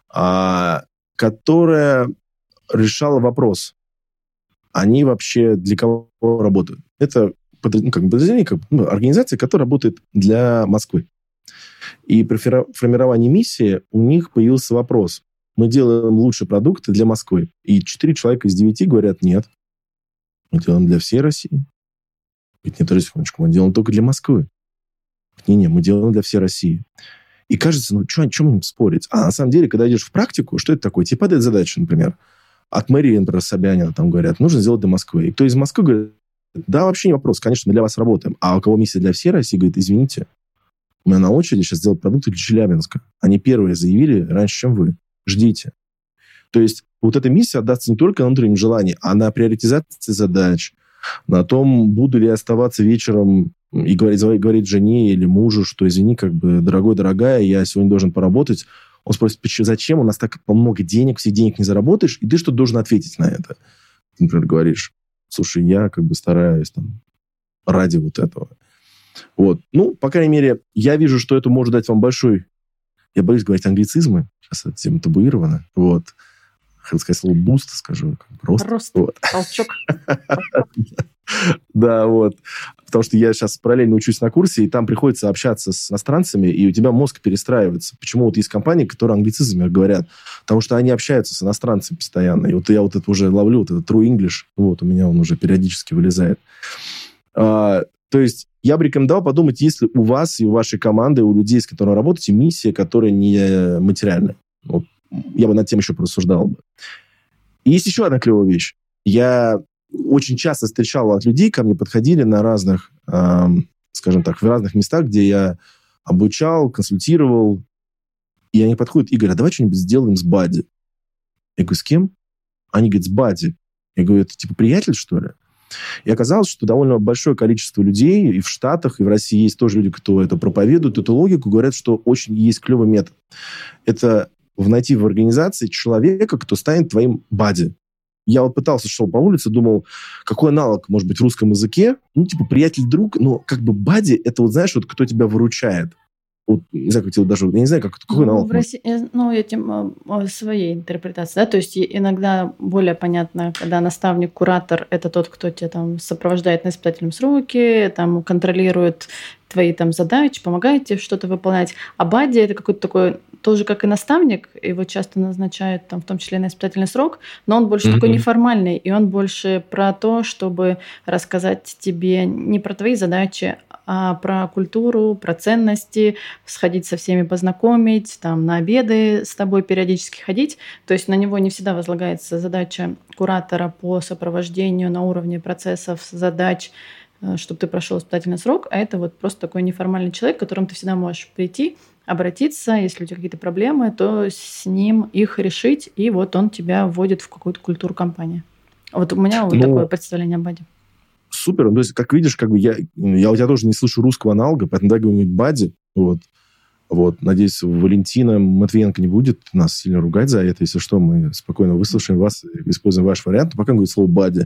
которая решала вопрос, они вообще для кого работают. Это подразделение, организация, которая работает для Москвы. И при формировании миссии у них появился вопрос. Мы делаем лучшие продукты для Москвы. И 4 человека из 9 говорят, нет, мы делаем для всей России. Ведь нет, секундочку, мы делаем только для Москвы. Не, мы делаем для всей России. И кажется, о чем им спорить? А на самом деле, когда идешь в практику, что это такое? Тебе падает задача, например, от мэрии, например, Собянина, там говорят, нужно сделать для Москвы. И кто из Москвы говорит, да, вообще не вопрос, конечно, мы для вас работаем. А у кого миссия для всей России, говорит, извините, у меня на очереди сейчас сделать продукты для Челябинска. Они первые заявили раньше, чем вы. Ждите. То есть вот эта миссия отдастся не только на внутреннем желании, а на приоритизации задач, на том, буду ли я оставаться вечером и говорить жене или мужу, что, извини, дорогой, дорогая, я сегодня должен поработать. Он спросит, зачем? У нас так много денег, все денег не заработаешь, и ты что должен ответить на это? Ты, например, говоришь, слушай, я стараюсь ради вот этого. Вот. По крайней мере, я вижу, что это может дать вам большой... Я боюсь говорить англицизмы, сейчас эта тема табуирована. Вот. Хотел сказать слово буст, скажу. Рост. Вот. Толчок. Да, вот. Потому что я сейчас параллельно учусь на курсе, и там приходится общаться с иностранцами, и у тебя мозг перестраивается. Почему вот есть компании, которые англицизмами говорят? Потому что они общаются с иностранцами постоянно. И вот я вот это уже ловлю, вот этот true English, вот у меня он уже периодически вылезает. То есть я бы рекомендовал подумать, есть ли у вас и у вашей команды, у людей, с которыми работаете, миссия, которая не материальная. Вот. Я бы над тем еще порассуждал бы. И есть еще одна клевая вещь. Я очень часто встречал от людей, ко мне подходили на разных, скажем так, в разных местах, где я обучал, консультировал, и они подходят и говорят, давай что-нибудь сделаем с Бадди. Я говорю, с кем? Они говорят, с Бадди. Я говорю, это типа приятель, что ли? И оказалось, что довольно большое количество людей и в Штатах, и в России есть тоже люди, кто это проповедует, эту логику, говорят, что очень есть клевый метод. Это найти в организации человека, кто станет твоим бадди. Я вот пытался, шел по улице, думал, какой аналог может быть в русском языке? Приятель-друг, но бадди, это вот знаешь, вот кто тебя выручает. Вот, не знаю, я не знаю, какой аналог. В России, своей интерпретации, да, то есть иногда более понятно, когда наставник, куратор – это тот, кто тебя сопровождает на испытательном сроке, контролирует твои задачи, помогает тебе что-то выполнять. А бадди – это какой-то такой, тоже как и наставник, его часто назначают в том числе на испытательный срок, но он больше такой неформальный, и он больше про то, чтобы рассказать тебе не про твои задачи, а про культуру, про ценности, сходить со всеми, познакомить, на обеды с тобой периодически ходить. То есть на него не всегда возлагается задача куратора по сопровождению на уровне процессов, задач, чтобы ты прошел испытательный срок, а это вот просто такой неформальный человек, к которому ты всегда можешь прийти, обратиться, если у тебя какие-то проблемы, то с ним их решить, и вот он тебя вводит в какую-то культуру компании. Вот у меня вот такое представление о бадди. Супер. То есть, как видишь, я у тебя тоже не слышу русского аналога, поэтому дай говорить бадди. Вот. Надеюсь, Валентина Матвиенко не будет нас сильно ругать за это. Если что, мы спокойно выслушаем вас, используем ваш вариант. Но пока говорит слово бадди.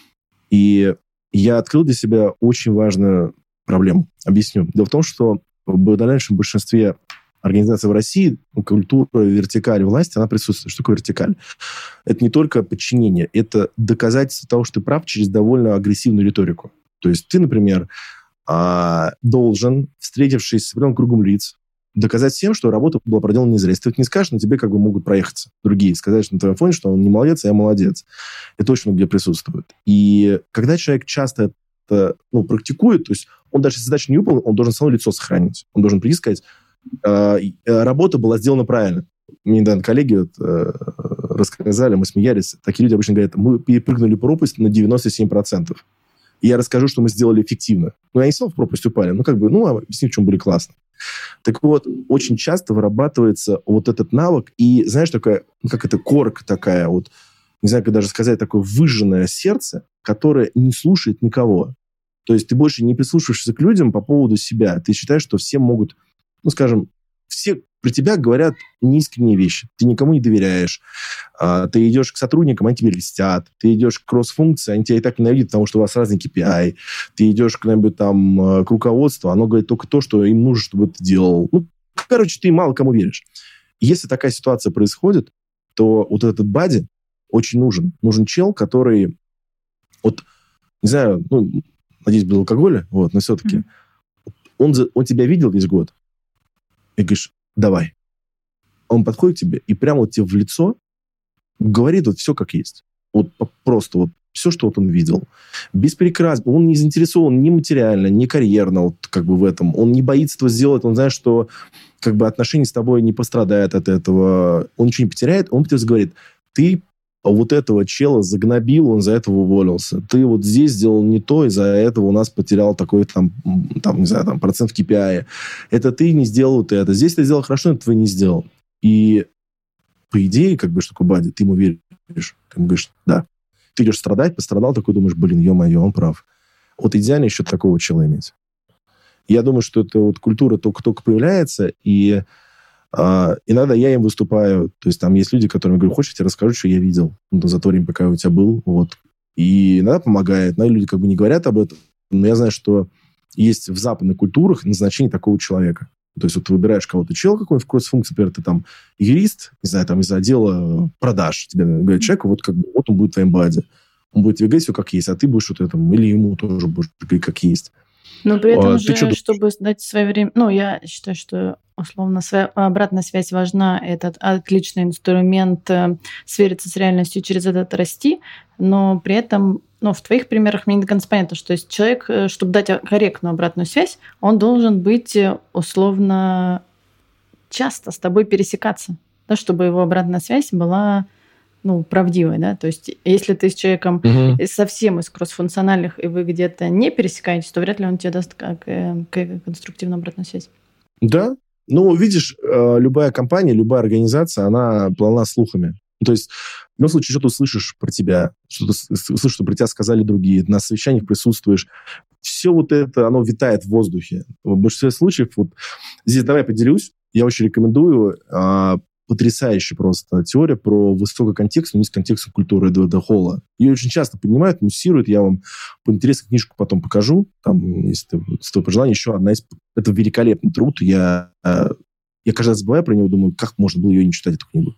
И я открыл для себя очень важную проблему. Объясню. Дело в том, что в подавляющем большинстве организаций в России культура вертикали власти, она присутствует. Что такое вертикаль? Это не только подчинение, это доказательство того, что ты прав через довольно агрессивную риторику. То есть ты, например, должен, встретившись с определенным кругом лиц, доказать всем, что работа была проделана не зря. Если ты это не скажешь, на тебе как бы могут проехаться другие, сказать на твоем фоне, что он не молодец, а я молодец. Это очень много где присутствует. И когда человек часто это практикует, то есть он даже если задачу не выполнил, он должен свое лицо сохранить. Он должен прийти и сказать, работа была сделана правильно. Мне недавно коллеги рассказали, мы смеялись. Такие люди обычно говорят, мы перепрыгнули пропасть на 97%. И я расскажу, что мы сделали эффективно. Они снова в пропасть упали. Объясни, в чем были классно. Так вот, очень часто вырабатывается вот этот навык. И, знаешь, такая, корка такая, не знаю, как даже сказать, такое выжженное сердце, которое не слушает никого. То есть ты больше не прислушиваешься к людям по поводу себя. Ты считаешь, что все могут, все про тебя говорят неискренние вещи. Ты никому не доверяешь. Ты идешь к сотрудникам, они тебе льстят. Ты идешь к кросс-функции, они тебя и так ненавидят, потому что у вас разный KPI. Ты идешь к руководству, оно говорит только то, что им нужно, чтобы ты делал. Ты мало кому веришь. Если такая ситуация происходит, то вот этот бадди очень нужен. Нужен чел, который, не знаю, надеюсь, без алкоголя, но все-таки он тебя видел весь год, и говоришь, давай. Он подходит к тебе и прямо тебе в лицо говорит все как есть. Просто все, что он видел. Без перекрас. Он не заинтересован ни материально, ни карьерно в этом. Он не боится этого сделать. Он знает, что отношения с тобой не пострадают от этого. Он ничего не потеряет. Он тебе говорит, ты этого чела загнобил, он за этого уволился. Ты здесь сделал не то, из-за этого у нас потерял такой процент в KPI. Это ты не сделал это. Здесь ты сделал хорошо, это ты не сделал. И по идее, что такое бадди, ты ему веришь. Ты ему говоришь, да. Ты идешь страдать, пострадал, такой думаешь, ё-моё, он прав. Идеально еще такого чела иметь. Я думаю, что эта культура только появляется, и иногда я им выступаю. То есть там есть люди, которым я говорю, хочешь, я тебе расскажу, что я видел за то время, пока я у тебя был. И иногда помогает. Иногда люди не говорят об этом. Но я знаю, что есть в западных культурах назначение такого человека. То есть ты выбираешь кого-то, чел какой-нибудь в кросс-функции, например, ты юрист, не знаю, из отдела продаж. Тебе говорят человеку, он будет твоим бадди. Он будет тебе говорить все как есть, а ты будешь или ему тоже будешь говорить как есть. Но при этом чтобы дать свое время... я считаю, что условно обратная связь важна. Это отличный инструмент свериться с реальностью, через этот расти. Но при этом, в твоих примерах мне не до конца понятно, что есть человек, чтобы дать корректную обратную связь, он должен быть условно часто с тобой пересекаться, да, чтобы его обратная связь была правдивой, да, то есть если ты с человеком совсем из кроссфункциональных, и вы где-то не пересекаетесь, то вряд ли он тебе даст как конструктивную обратную связь. Да, видишь, любая компания, любая организация, она полна слухами. То есть в любом случае, что ты слышишь про тебя, что-то слышишь, что про тебя сказали другие, на совещаниях присутствуешь, все это, оно витает в воздухе. В большинстве случаев, здесь давай поделюсь, я очень рекомендую потрясающая просто теория про высококонтекстную, низкоконтекстную культуру Эдварда Холла. Ее очень часто поднимают, муссируют. Я вам по интересу книжку потом покажу. Там, если с твоего пожелания, еще одна из... Это великолепный труд. Я каждый раз забываю про него, думаю, как можно было ее не читать, эту книгу.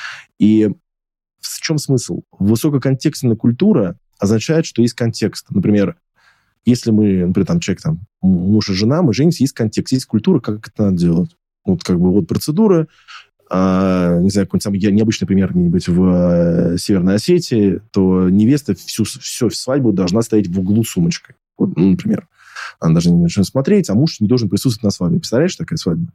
И в чем смысл? Высококонтекстная культура означает, что есть контекст. Например, если мы, человек, муж и жена, мы женимся, есть контекст, есть культура, как это надо делать. Процедура, не знаю, какой-нибудь самый необычный пример где-нибудь в Северной Осетии, то невеста всю свадьбу должна стоять в углу с сумочкой. Например. Она даже не начнет смотреть, а муж не должен присутствовать на свадьбе. Представляешь, такая свадьба?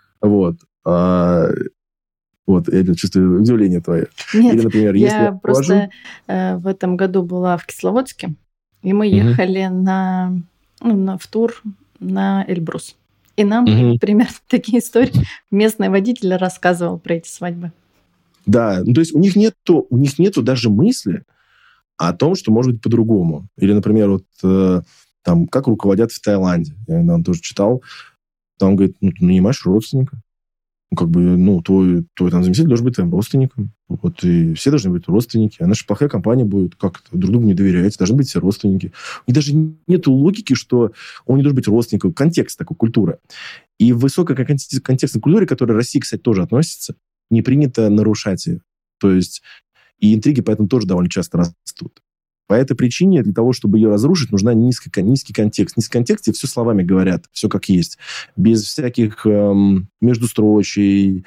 Я чувствую удивление твое. Нет, или, например, я просто в этом году была в Кисловодске, и мы ехали в тур на Эльбрус. И нам примерно такие истории местный водитель рассказывал про эти свадьбы. Да, то есть у них нету даже мысли о том, что может быть по-другому. Или, например, как руководят в Таиланде. Я недавно тоже читал. Там, говорит, ты нанимаешь родственника. Твой заместитель должен быть твоим родственником. И все должны быть родственники. А наша плохая компания будет. Как это? Друг другу не доверяете. Должны быть все родственники. У них даже нет логики, что он не должен быть родственником. Контекст такой, культура. И в высококонтекстной культуре, к которой Россия, кстати, тоже относится, не принято нарушать ее. То есть и интриги поэтому тоже довольно часто растут. По этой причине для того, чтобы ее разрушить, нужна низкий контекст. В низком контексте все словами говорят, все как есть. Без всяких междустрочий,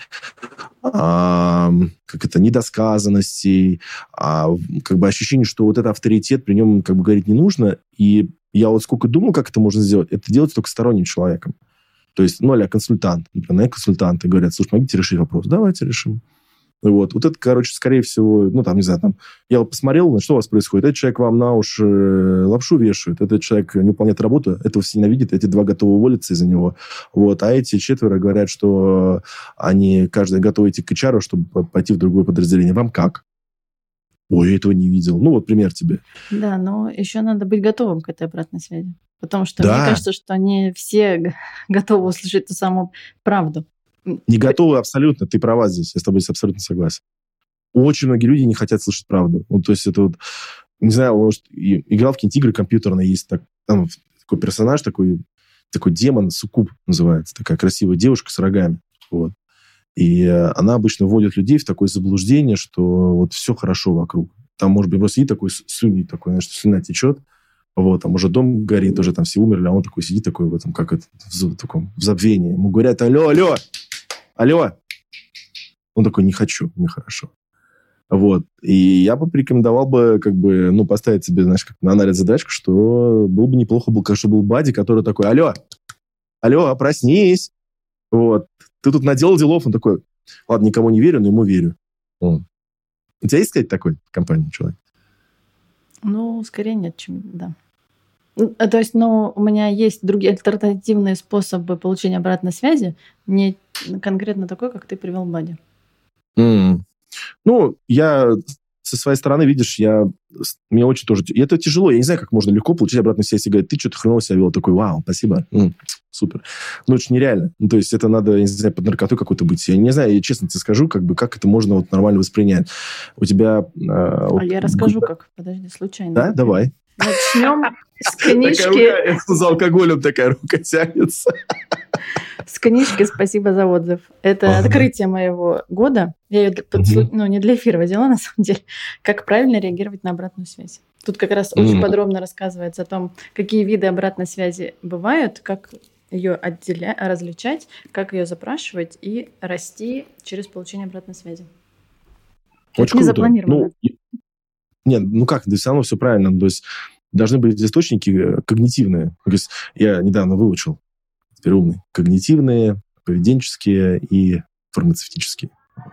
недосказанностей, ощущение, что вот этот авторитет при нем говорить не нужно. И я вот сколько думал, как это можно сделать, это делать только сторонним человеком. То есть, консультант. Например, консультанты говорят, слушай, помогите решить вопрос. Давайте решим. Вот это, скорее всего, я вот посмотрел, что у вас происходит. Этот человек вам на уши лапшу вешает, этот человек не выполняет работу, этого все ненавидят, эти 2 готовы уволиться из-за него. Вот, а эти 4 говорят, что они каждый готовы идти к HR, чтобы пойти в другое подразделение. Вам как? Ой, я этого не видел. Пример тебе. Да, но еще надо быть готовым к этой обратной связи. Потому что мне кажется, что они все готовы услышать ту самую правду. Не готовы абсолютно, ты права здесь, я с тобой абсолютно согласен. Очень многие люди не хотят слышать правду. То есть это не знаю, может, играл в какие-нибудь игры компьютерные, есть там такой персонаж, такой демон, суккуб называется, такая красивая девушка с рогами. Вот. И она обычно вводит людей в такое заблуждение, что все хорошо вокруг. Там, может быть, просто сидит такой слюни, слюна течет, там уже дом горит, уже там все умерли, а он такой сидит такой в этом, в таком в забвении. Ему говорят: алло. Он такой: не хочу, нехорошо. Вот. И я бы порекомендовал бы, поставить себе, на анализ задачку, что было бы неплохо, что был бадди, который такой: алло, проснись. Вот. Ты тут наделал делов. Он такой: ладно, никому не верю, но ему верю. У тебя есть, кстати, такой в компании человек? Скорее нет, чем да. То есть, у меня есть другие альтернативные способы получения обратной связи, не конкретно такой, как ты привел бадди. Я со своей стороны, видишь, мне очень тоже... И это тяжело. Я не знаю, как можно легко получить обратную связь и говорить: ты что-то хреново себя вел. Такой: вау, спасибо. Супер. Это же нереально. То есть это надо, я не знаю, под наркотой какой-то быть. Я не знаю, я честно тебе скажу, как это можно нормально воспринять. У тебя... я расскажу, как. Подожди, случайно. Да? Давай. Начнем с книжки... За алкоголем такая рука тянется. С книжки «Спасибо за отзыв». Это открытие моего года. Я ее не для эфира взяла, на самом деле. Как правильно реагировать на обратную связь. Тут как раз очень подробно рассказывается о том, какие виды обратной связи бывают, как ее различать, как ее запрашивать и расти через получение обратной связи. Очень это не запланировано. Нет, да все равно все правильно. То есть должны быть источники когнитивные. То есть я недавно выучил, теперь умный, когнитивные, поведенческие и фармацевтические.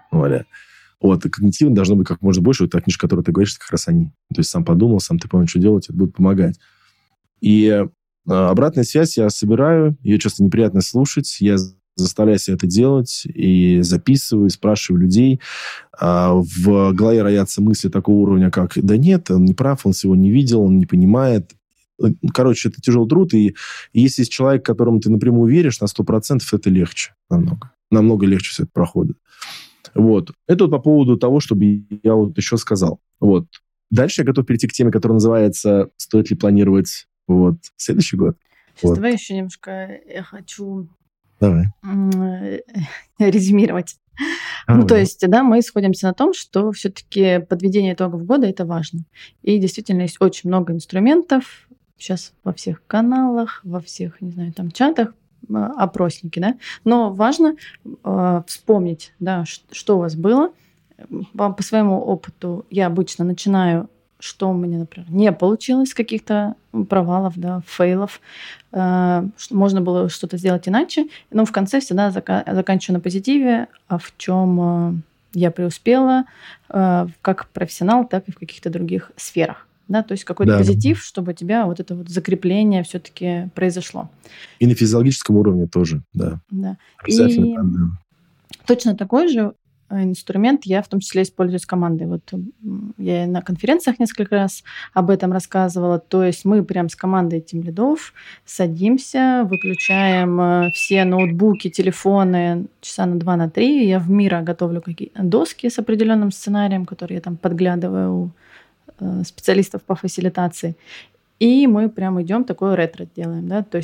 И когнитивно должно быть как можно больше. Вот та книжка, которую ты говоришь, это как раз они. То есть сам подумал, сам ты понял, что делать, это будет помогать. И обратная связь я собираю, ее часто неприятно слушать, я заставляю себя это делать и записываю, и спрашиваю людей. В голове роятся мысли такого уровня, как: да нет, он не прав, он всего не видел, он не понимает. Это тяжелый труд, и если есть человек, которому ты напрямую веришь на 100%, это легче намного. Намного легче все это проходит. Это по поводу того, чтобы я еще сказал. Дальше я готов перейти к теме, которая называется «Стоит ли планировать следующий год?» Сейчас давай еще немножко я хочу Давай. резюмировать. То есть, мы сходимся на том, что все-таки подведение итогов года – это важно. И действительно есть очень много инструментов сейчас во всех каналах, во всех, чатах, опросники, да. Но важно вспомнить, что у вас было. По своему опыту я обычно начинаю, что у меня, например, не получилось, каких-то провалов, фейлов. Можно было что-то сделать иначе. Но в конце всегда заканчиваю на позитиве, в чем я преуспела, как профессионал, так и в каких-то других сферах. То есть какой-то позитив, чтобы у тебя это закрепление все-таки произошло. И на физиологическом уровне тоже, да. И точно такой же инструмент я в том числе использую с командой. Я на конференциях несколько раз об этом рассказывала. То есть мы прям с командой тимлидов садимся, выключаем все ноутбуки, телефоны часа на 2-3. Я в Мира готовлю какие-то доски с определенным сценарием, которые я там подглядываю у специалистов по фасилитации. И мы прям идем, такое ретро делаем. То есть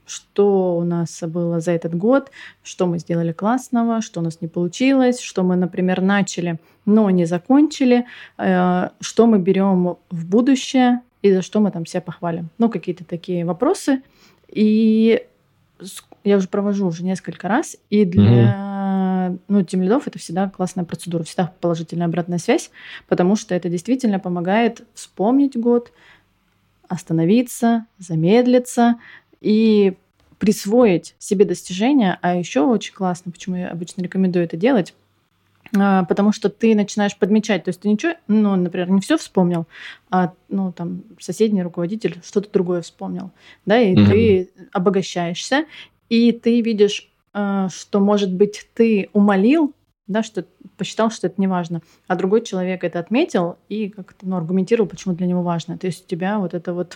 что у нас было за этот год, что мы сделали классного, что у нас не получилось, что мы, например, начали, но не закончили, что мы берем в будущее и за что мы там себя похвалим. Ну, какие-то такие вопросы. И я уже провожу уже несколько раз, и для тимлидов это всегда классная процедура, всегда положительная обратная связь, потому что это действительно помогает вспомнить год, остановиться, замедлиться и присвоить себе достижения. А еще очень классно, почему я обычно рекомендую это делать, потому что ты начинаешь подмечать, то есть ты ничего, например, не все вспомнил, а соседний руководитель что-то другое вспомнил, да, и ты обогащаешься, и ты видишь, что, может быть, ты умалил, да, что посчитал, что это не важно, а другой человек это отметил и как-то аргументировал, почему для него важно. То есть у тебя вот это вот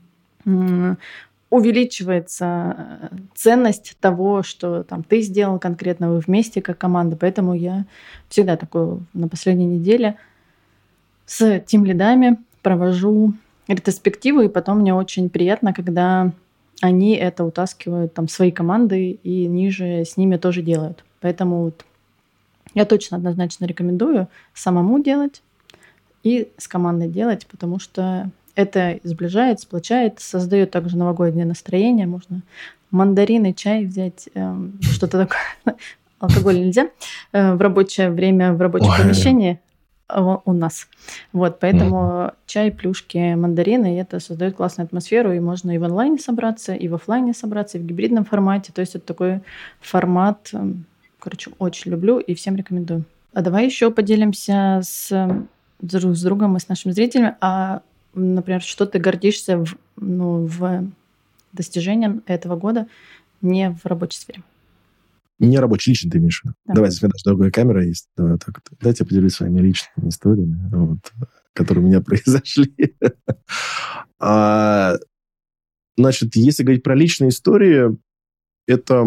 увеличивается ценность того, что там ты сделал конкретно, вы вместе как команда. Поэтому я всегда такое на последней неделе с тимлидами провожу ретроспективу, и потом мне очень приятно, когда они это утаскивают там свои команды и ниже с ними тоже делают. Поэтому вот я точно однозначно рекомендую самому делать и с командой делать, потому что это сближает, сплочает, создает также новогоднее настроение. Можно мандарины, чай взять, что-то такое. Алкоголь нельзя в рабочее время, в рабочем помещении у нас. Вот, поэтому чай, плюшки, мандарины, и это создает классную атмосферу, и можно и в онлайне собраться, и в офлайне собраться, и в гибридном формате. То есть это такой формат, очень люблю и всем рекомендую. А давай еще поделимся друг с другом и с нашими зрителями, например, что ты гордишься в достижением этого года не в рабочей сфере? Не рабочий, лично ты имеешь в виду. Да. Давай, у меня даже другая камера есть. Дайте я поделюсь своими личными историями, которые у меня произошли. Значит, если говорить про личные истории, это,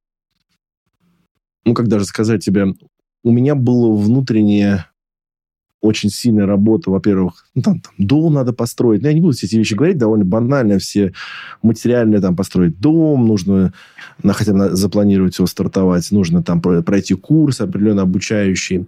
как даже сказать тебе, у меня было внутреннее очень сильная работа, во-первых, там дом надо построить. Я не буду все эти вещи говорить, довольно банально, все материальные, построить дом, нужно хотя бы запланировать его, стартовать, нужно там пройти курс определенно обучающий.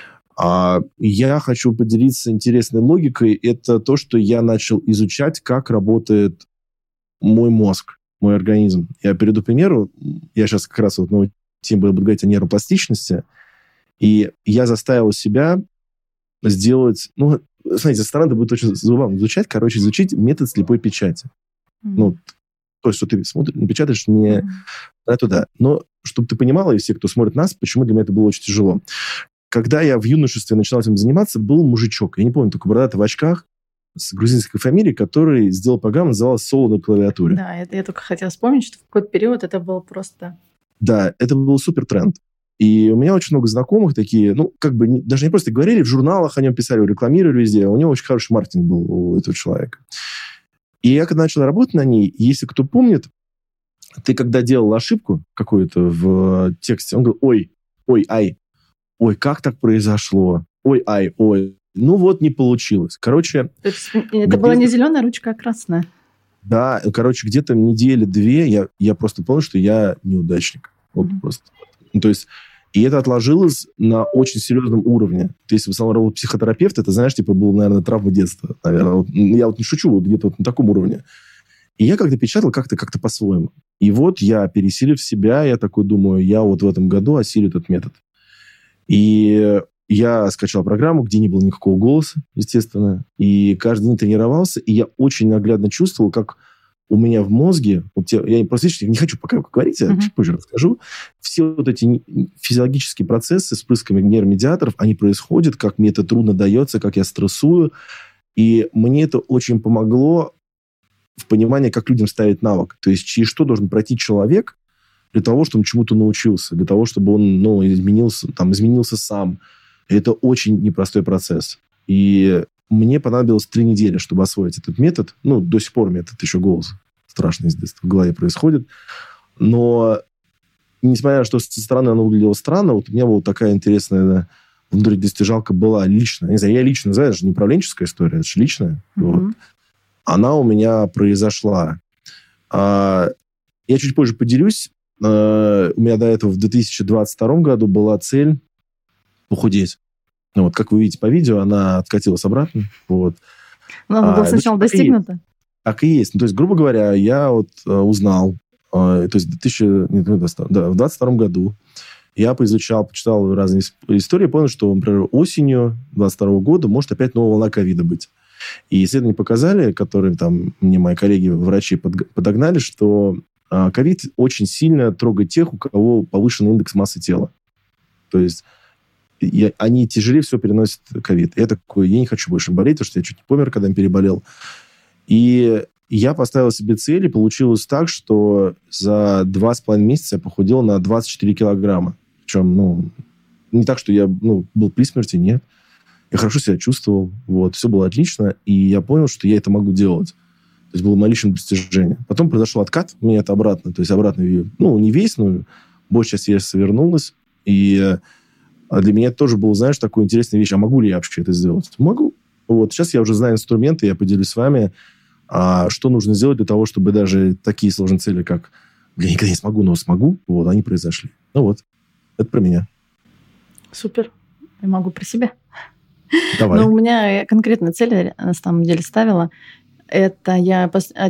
Я хочу поделиться интересной логикой. Это то, что я начал изучать, как работает мой мозг, мой организм. Я приведу пример. Я сейчас как раз новую тему буду говорить о нейропластичности. И я заставил себя сделать... смотрите, со стороны это будет очень забавно звучать. Изучить метод слепой печати. То есть, что ты печатаешь не туда. Но, чтобы ты понимала, и все, кто смотрит нас, почему для меня это было очень тяжело. Когда я в юношестве начинал этим заниматься, был мужичок, я не помню, только бородатый в очках, с грузинской фамилией, который сделал программу, называлась «Соло на клавиатуре». Да, я только хотела вспомнить, что в какой-то период это было просто... Да, это был супер тренд. И у меня очень много знакомых такие, даже не просто говорили, в журналах о нем писали, рекламировали везде. У него очень хороший маркетинг был у этого человека. И я когда начал работать на ней, если кто помнит, ты когда делал ошибку какую-то в тексте, он говорил, ой, как так произошло? Ой. Не получилось. Короче... Это была не зеленая ручка, а красная. Да, где-то недели-две я просто понял, что я неудачник. Просто. То есть, и это отложилось на очень серьезном уровне. То есть, если бы сам работал психотерапевт, это, знаешь, был, наверное, травма детства. Наверное. Я не шучу, где-то на таком уровне. И я как-то печатал как-то по-своему. И я, пересилив себя, я такой думаю, я в этом году осилю этот метод. И я скачал программу, где не было никакого голоса, естественно. И каждый день тренировался, и я очень наглядно чувствовал, как у меня в мозге, я просто не хочу пока говорить, я чуть позже расскажу, все эти физиологические процессы с впрысками нейромедиаторов, они происходят, как мне это трудно дается, как я стрессую. И мне это очень помогло в понимании, как людям ставить навык. То есть, через что должен пройти человек для того, чтобы он чему-то научился, для того, чтобы он изменился сам. И это очень непростой процесс. И мне понадобилось 3 недели, чтобы освоить этот метод. До сих пор метод еще голос страшный здесь в голове происходит. Но, несмотря на то, что со стороны оно выглядело странно, у меня была такая интересная внутренняя достижалка была личная. Не знаю, я лично называю, это же не управленческая история, это же личная. Она у меня произошла. Я чуть позже поделюсь. У меня до этого в 2022 году была цель похудеть. Ну, вот, как вы видите по видео, она откатилась обратно. Вот. Но она была сначала достигнута. Так и есть. Ну, то есть, грубо говоря, я вот узнал, то есть в 2022 году я почитал разные истории, понял, что, например, осенью 2022 года может опять новая волна ковида быть. И исследования показали, которые там мне мои коллеги-врачи подогнали, что ковид очень сильно трогает тех, у кого повышенный индекс массы тела. То есть они тяжелее всего переносят ковид. Я такой, я не хочу больше болеть, потому что я чуть не помер, когда переболел. И я поставил себе цель, и получилось так, что за 2,5 месяца я похудел на 24 килограмма. Причем, не так, что я был при смерти, нет. Я хорошо себя чувствовал, вот, все было отлично, и я понял, что я это могу делать. То есть было мое личное достижение. Потом произошел откат, у меня это обратно, то есть обратно, не весь, но большая часть веса вернулась, и для меня это тоже было, знаешь, такой интересная вещь, а могу ли я вообще это сделать? Могу. Вот, сейчас я уже знаю инструменты, я поделюсь с вами, что нужно сделать для того, чтобы даже такие сложные цели, как я никогда не смогу, но смогу, вот, они произошли. Это про меня. Супер. Я могу про себя. Давай. Но у меня конкретная цель, на самом деле, ставила. Это я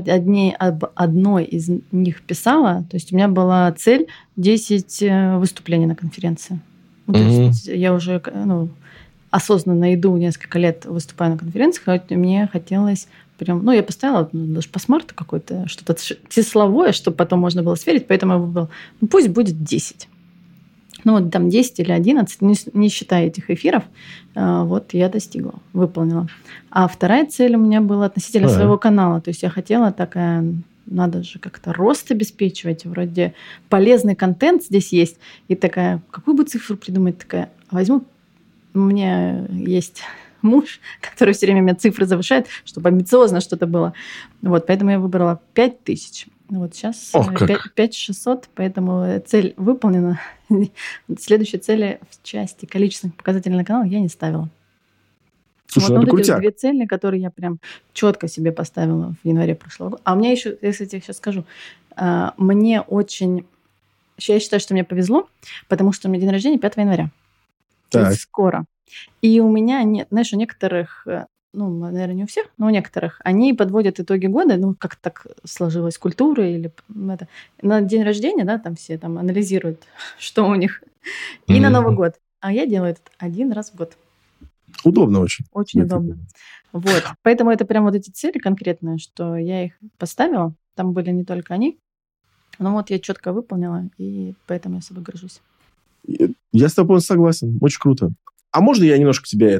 одной из них писала. То есть у меня была цель 10 выступлений на конференции. То есть я уже осознанно иду несколько лет, выступаю на конференциях, хоть мне хотелось прям... я поставила даже по смарту какое-то что-то числовое, чтобы потом можно было сверить, поэтому я выбрала, пусть будет 10. Там 10 или 11, не считая этих эфиров, я достигла, выполнила. А вторая цель у меня была относительно своего канала. То есть я хотела надо же как-то рост обеспечивать, вроде полезный контент здесь есть. И такая, какую бы цифру придумать? Такая, возьму, у меня есть муж, который все время меня цифры завышает, чтобы амбициозно что-то было. Поэтому я выбрала 5000. Сейчас 5600, поэтому цель выполнена. Следующие цели в части количественных показателей на канал я не ставила. Слушай, это крутяк. 2 цели, которые я прям четко себе поставила в январе прошлого года. А у меня еще, я, кстати, сейчас скажу, мне очень... Я считаю, что мне повезло, потому что у меня день рождения 5 января. То есть скоро. И у меня, знаешь, у некоторых... наверное, не у всех, но у некоторых, они подводят итоги года, как так сложилась культура или это. На день рождения, да, там все там анализируют, что у них, и на Новый год. А я делаю это один раз в год. Удобно очень. Очень удобно. Поэтому это прям эти цели конкретные, что я их поставила, там были не только они, но я четко выполнила, и поэтому я собой горжусь. Я с тобой согласен, очень круто. А можно я немножко тебя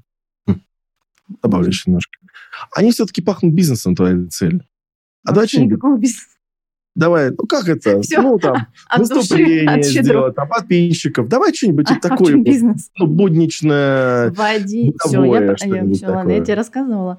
добавлю еще немножко? Они все-таки пахнут бизнесом, твои цели. Давай никакого бизнеса. Давай, как это? Всё. Выступление сделать, подписчиков. Давай что-нибудь такое бизнес? будничное, Води. бытовое, Все, ладно, я тебе рассказывала,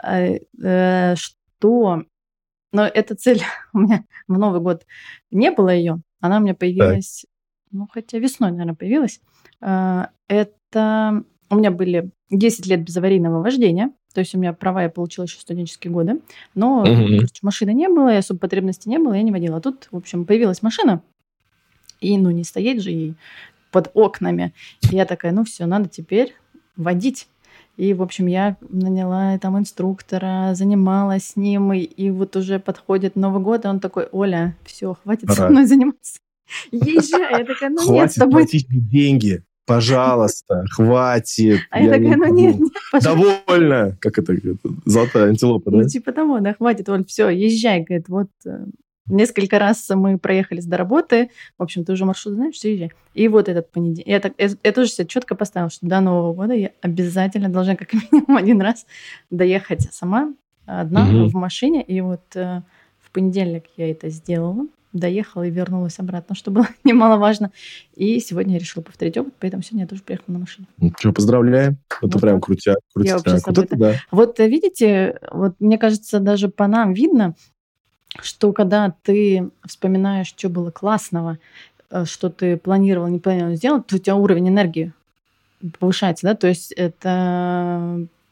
что... Но эта цель у меня в Новый год не было ее. Она у меня появилась, хотя весной, наверное, появилась. Это... У меня были 10 лет безаварийного вождения. То есть у меня права я получила еще в студенческие годы. Но, машины не было, и особой потребности не было, я не водила. А тут, в общем, появилась машина. И, не стоять же ей под окнами. И я такая, все, надо теперь водить. И, в общем, я наняла там инструктора, занималась с ним. И уже подходит Новый год, и он такой, Оля, все, хватит со мной заниматься. Езжай. Я такая, нет, с тобой... Хватит платить деньги. Пожалуйста, хватит. А я такая, нет, пожалуйста. Довольно. Как это? Золотая антилопа, да? Типа того, да, хватит, Оль, все, езжай. Говорит, несколько раз мы проехались до работы. В общем, ты уже маршрут знаешь, все, езжай. И этот понедельник. Я тоже себе четко поставила, что до Нового года я обязательно должна как минимум один раз доехать сама, одна, в машине. И в понедельник я это сделала. Доехала и вернулась обратно, что было немаловажно. И сегодня я решила повторить опыт, поэтому сегодня я тоже приехала на машине. Поздравляю. Это прям крутяк. Я вообще видите, мне кажется, даже по нам видно, что когда ты вспоминаешь, что было классного, что ты планировал, не планировал сделать, то у тебя уровень энергии повышается, да, то есть это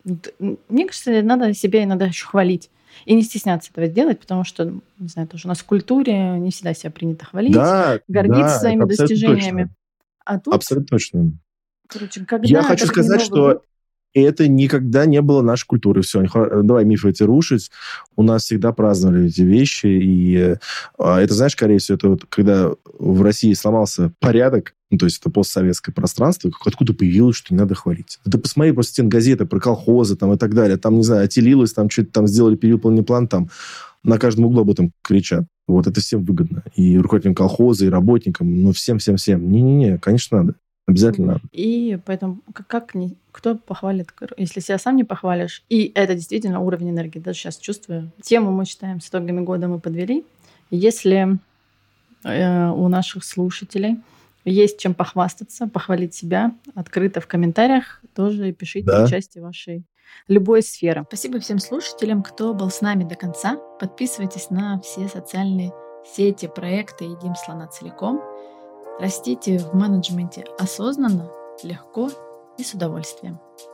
Мне кажется, надо себя иногда еще хвалить. И не стесняться этого делать, потому что, не знаю, тоже у нас в культуре не всегда себя принято хвалить, Да, гордиться да, это своими абсолютно точно. достижениями. А тут, Абсолютно точно. короче, Я когда хочу только не сказать, Новый что год. это никогда не было нашей культурой. Все, давай мифы эти рушить. У нас всегда праздновали эти вещи. И это, знаешь, скорее всего, это вот когда в России сломался порядок, ну, то есть это постсоветское пространство, откуда появилось, что не надо хвалить. Ты посмотри просто стенгазеты про колхозы там, и так далее. Там, не знаю, отелилось, там что-то там сделали перевыполненный план, там на каждом углу об этом кричат. Вот это всем выгодно. И руководителям колхоза, и работникам, ну, всем-всем-всем. Не-не-не, конечно, надо. Обязательно надо. И поэтому кто похвалит, если себя сам не похвалишь. И это действительно уровень энергии. Даже сейчас чувствую. Тему мы считаем с итогами года мы подвели. Если у наших слушателей есть чем похвастаться, похвалить себя, открыто в комментариях тоже пишите Да. части вашей любой сферы. Спасибо всем слушателям, кто был с нами до конца. Подписывайтесь на все социальные сети проекта «Едим слона целиком». Растите в менеджменте осознанно, легко и с удовольствием.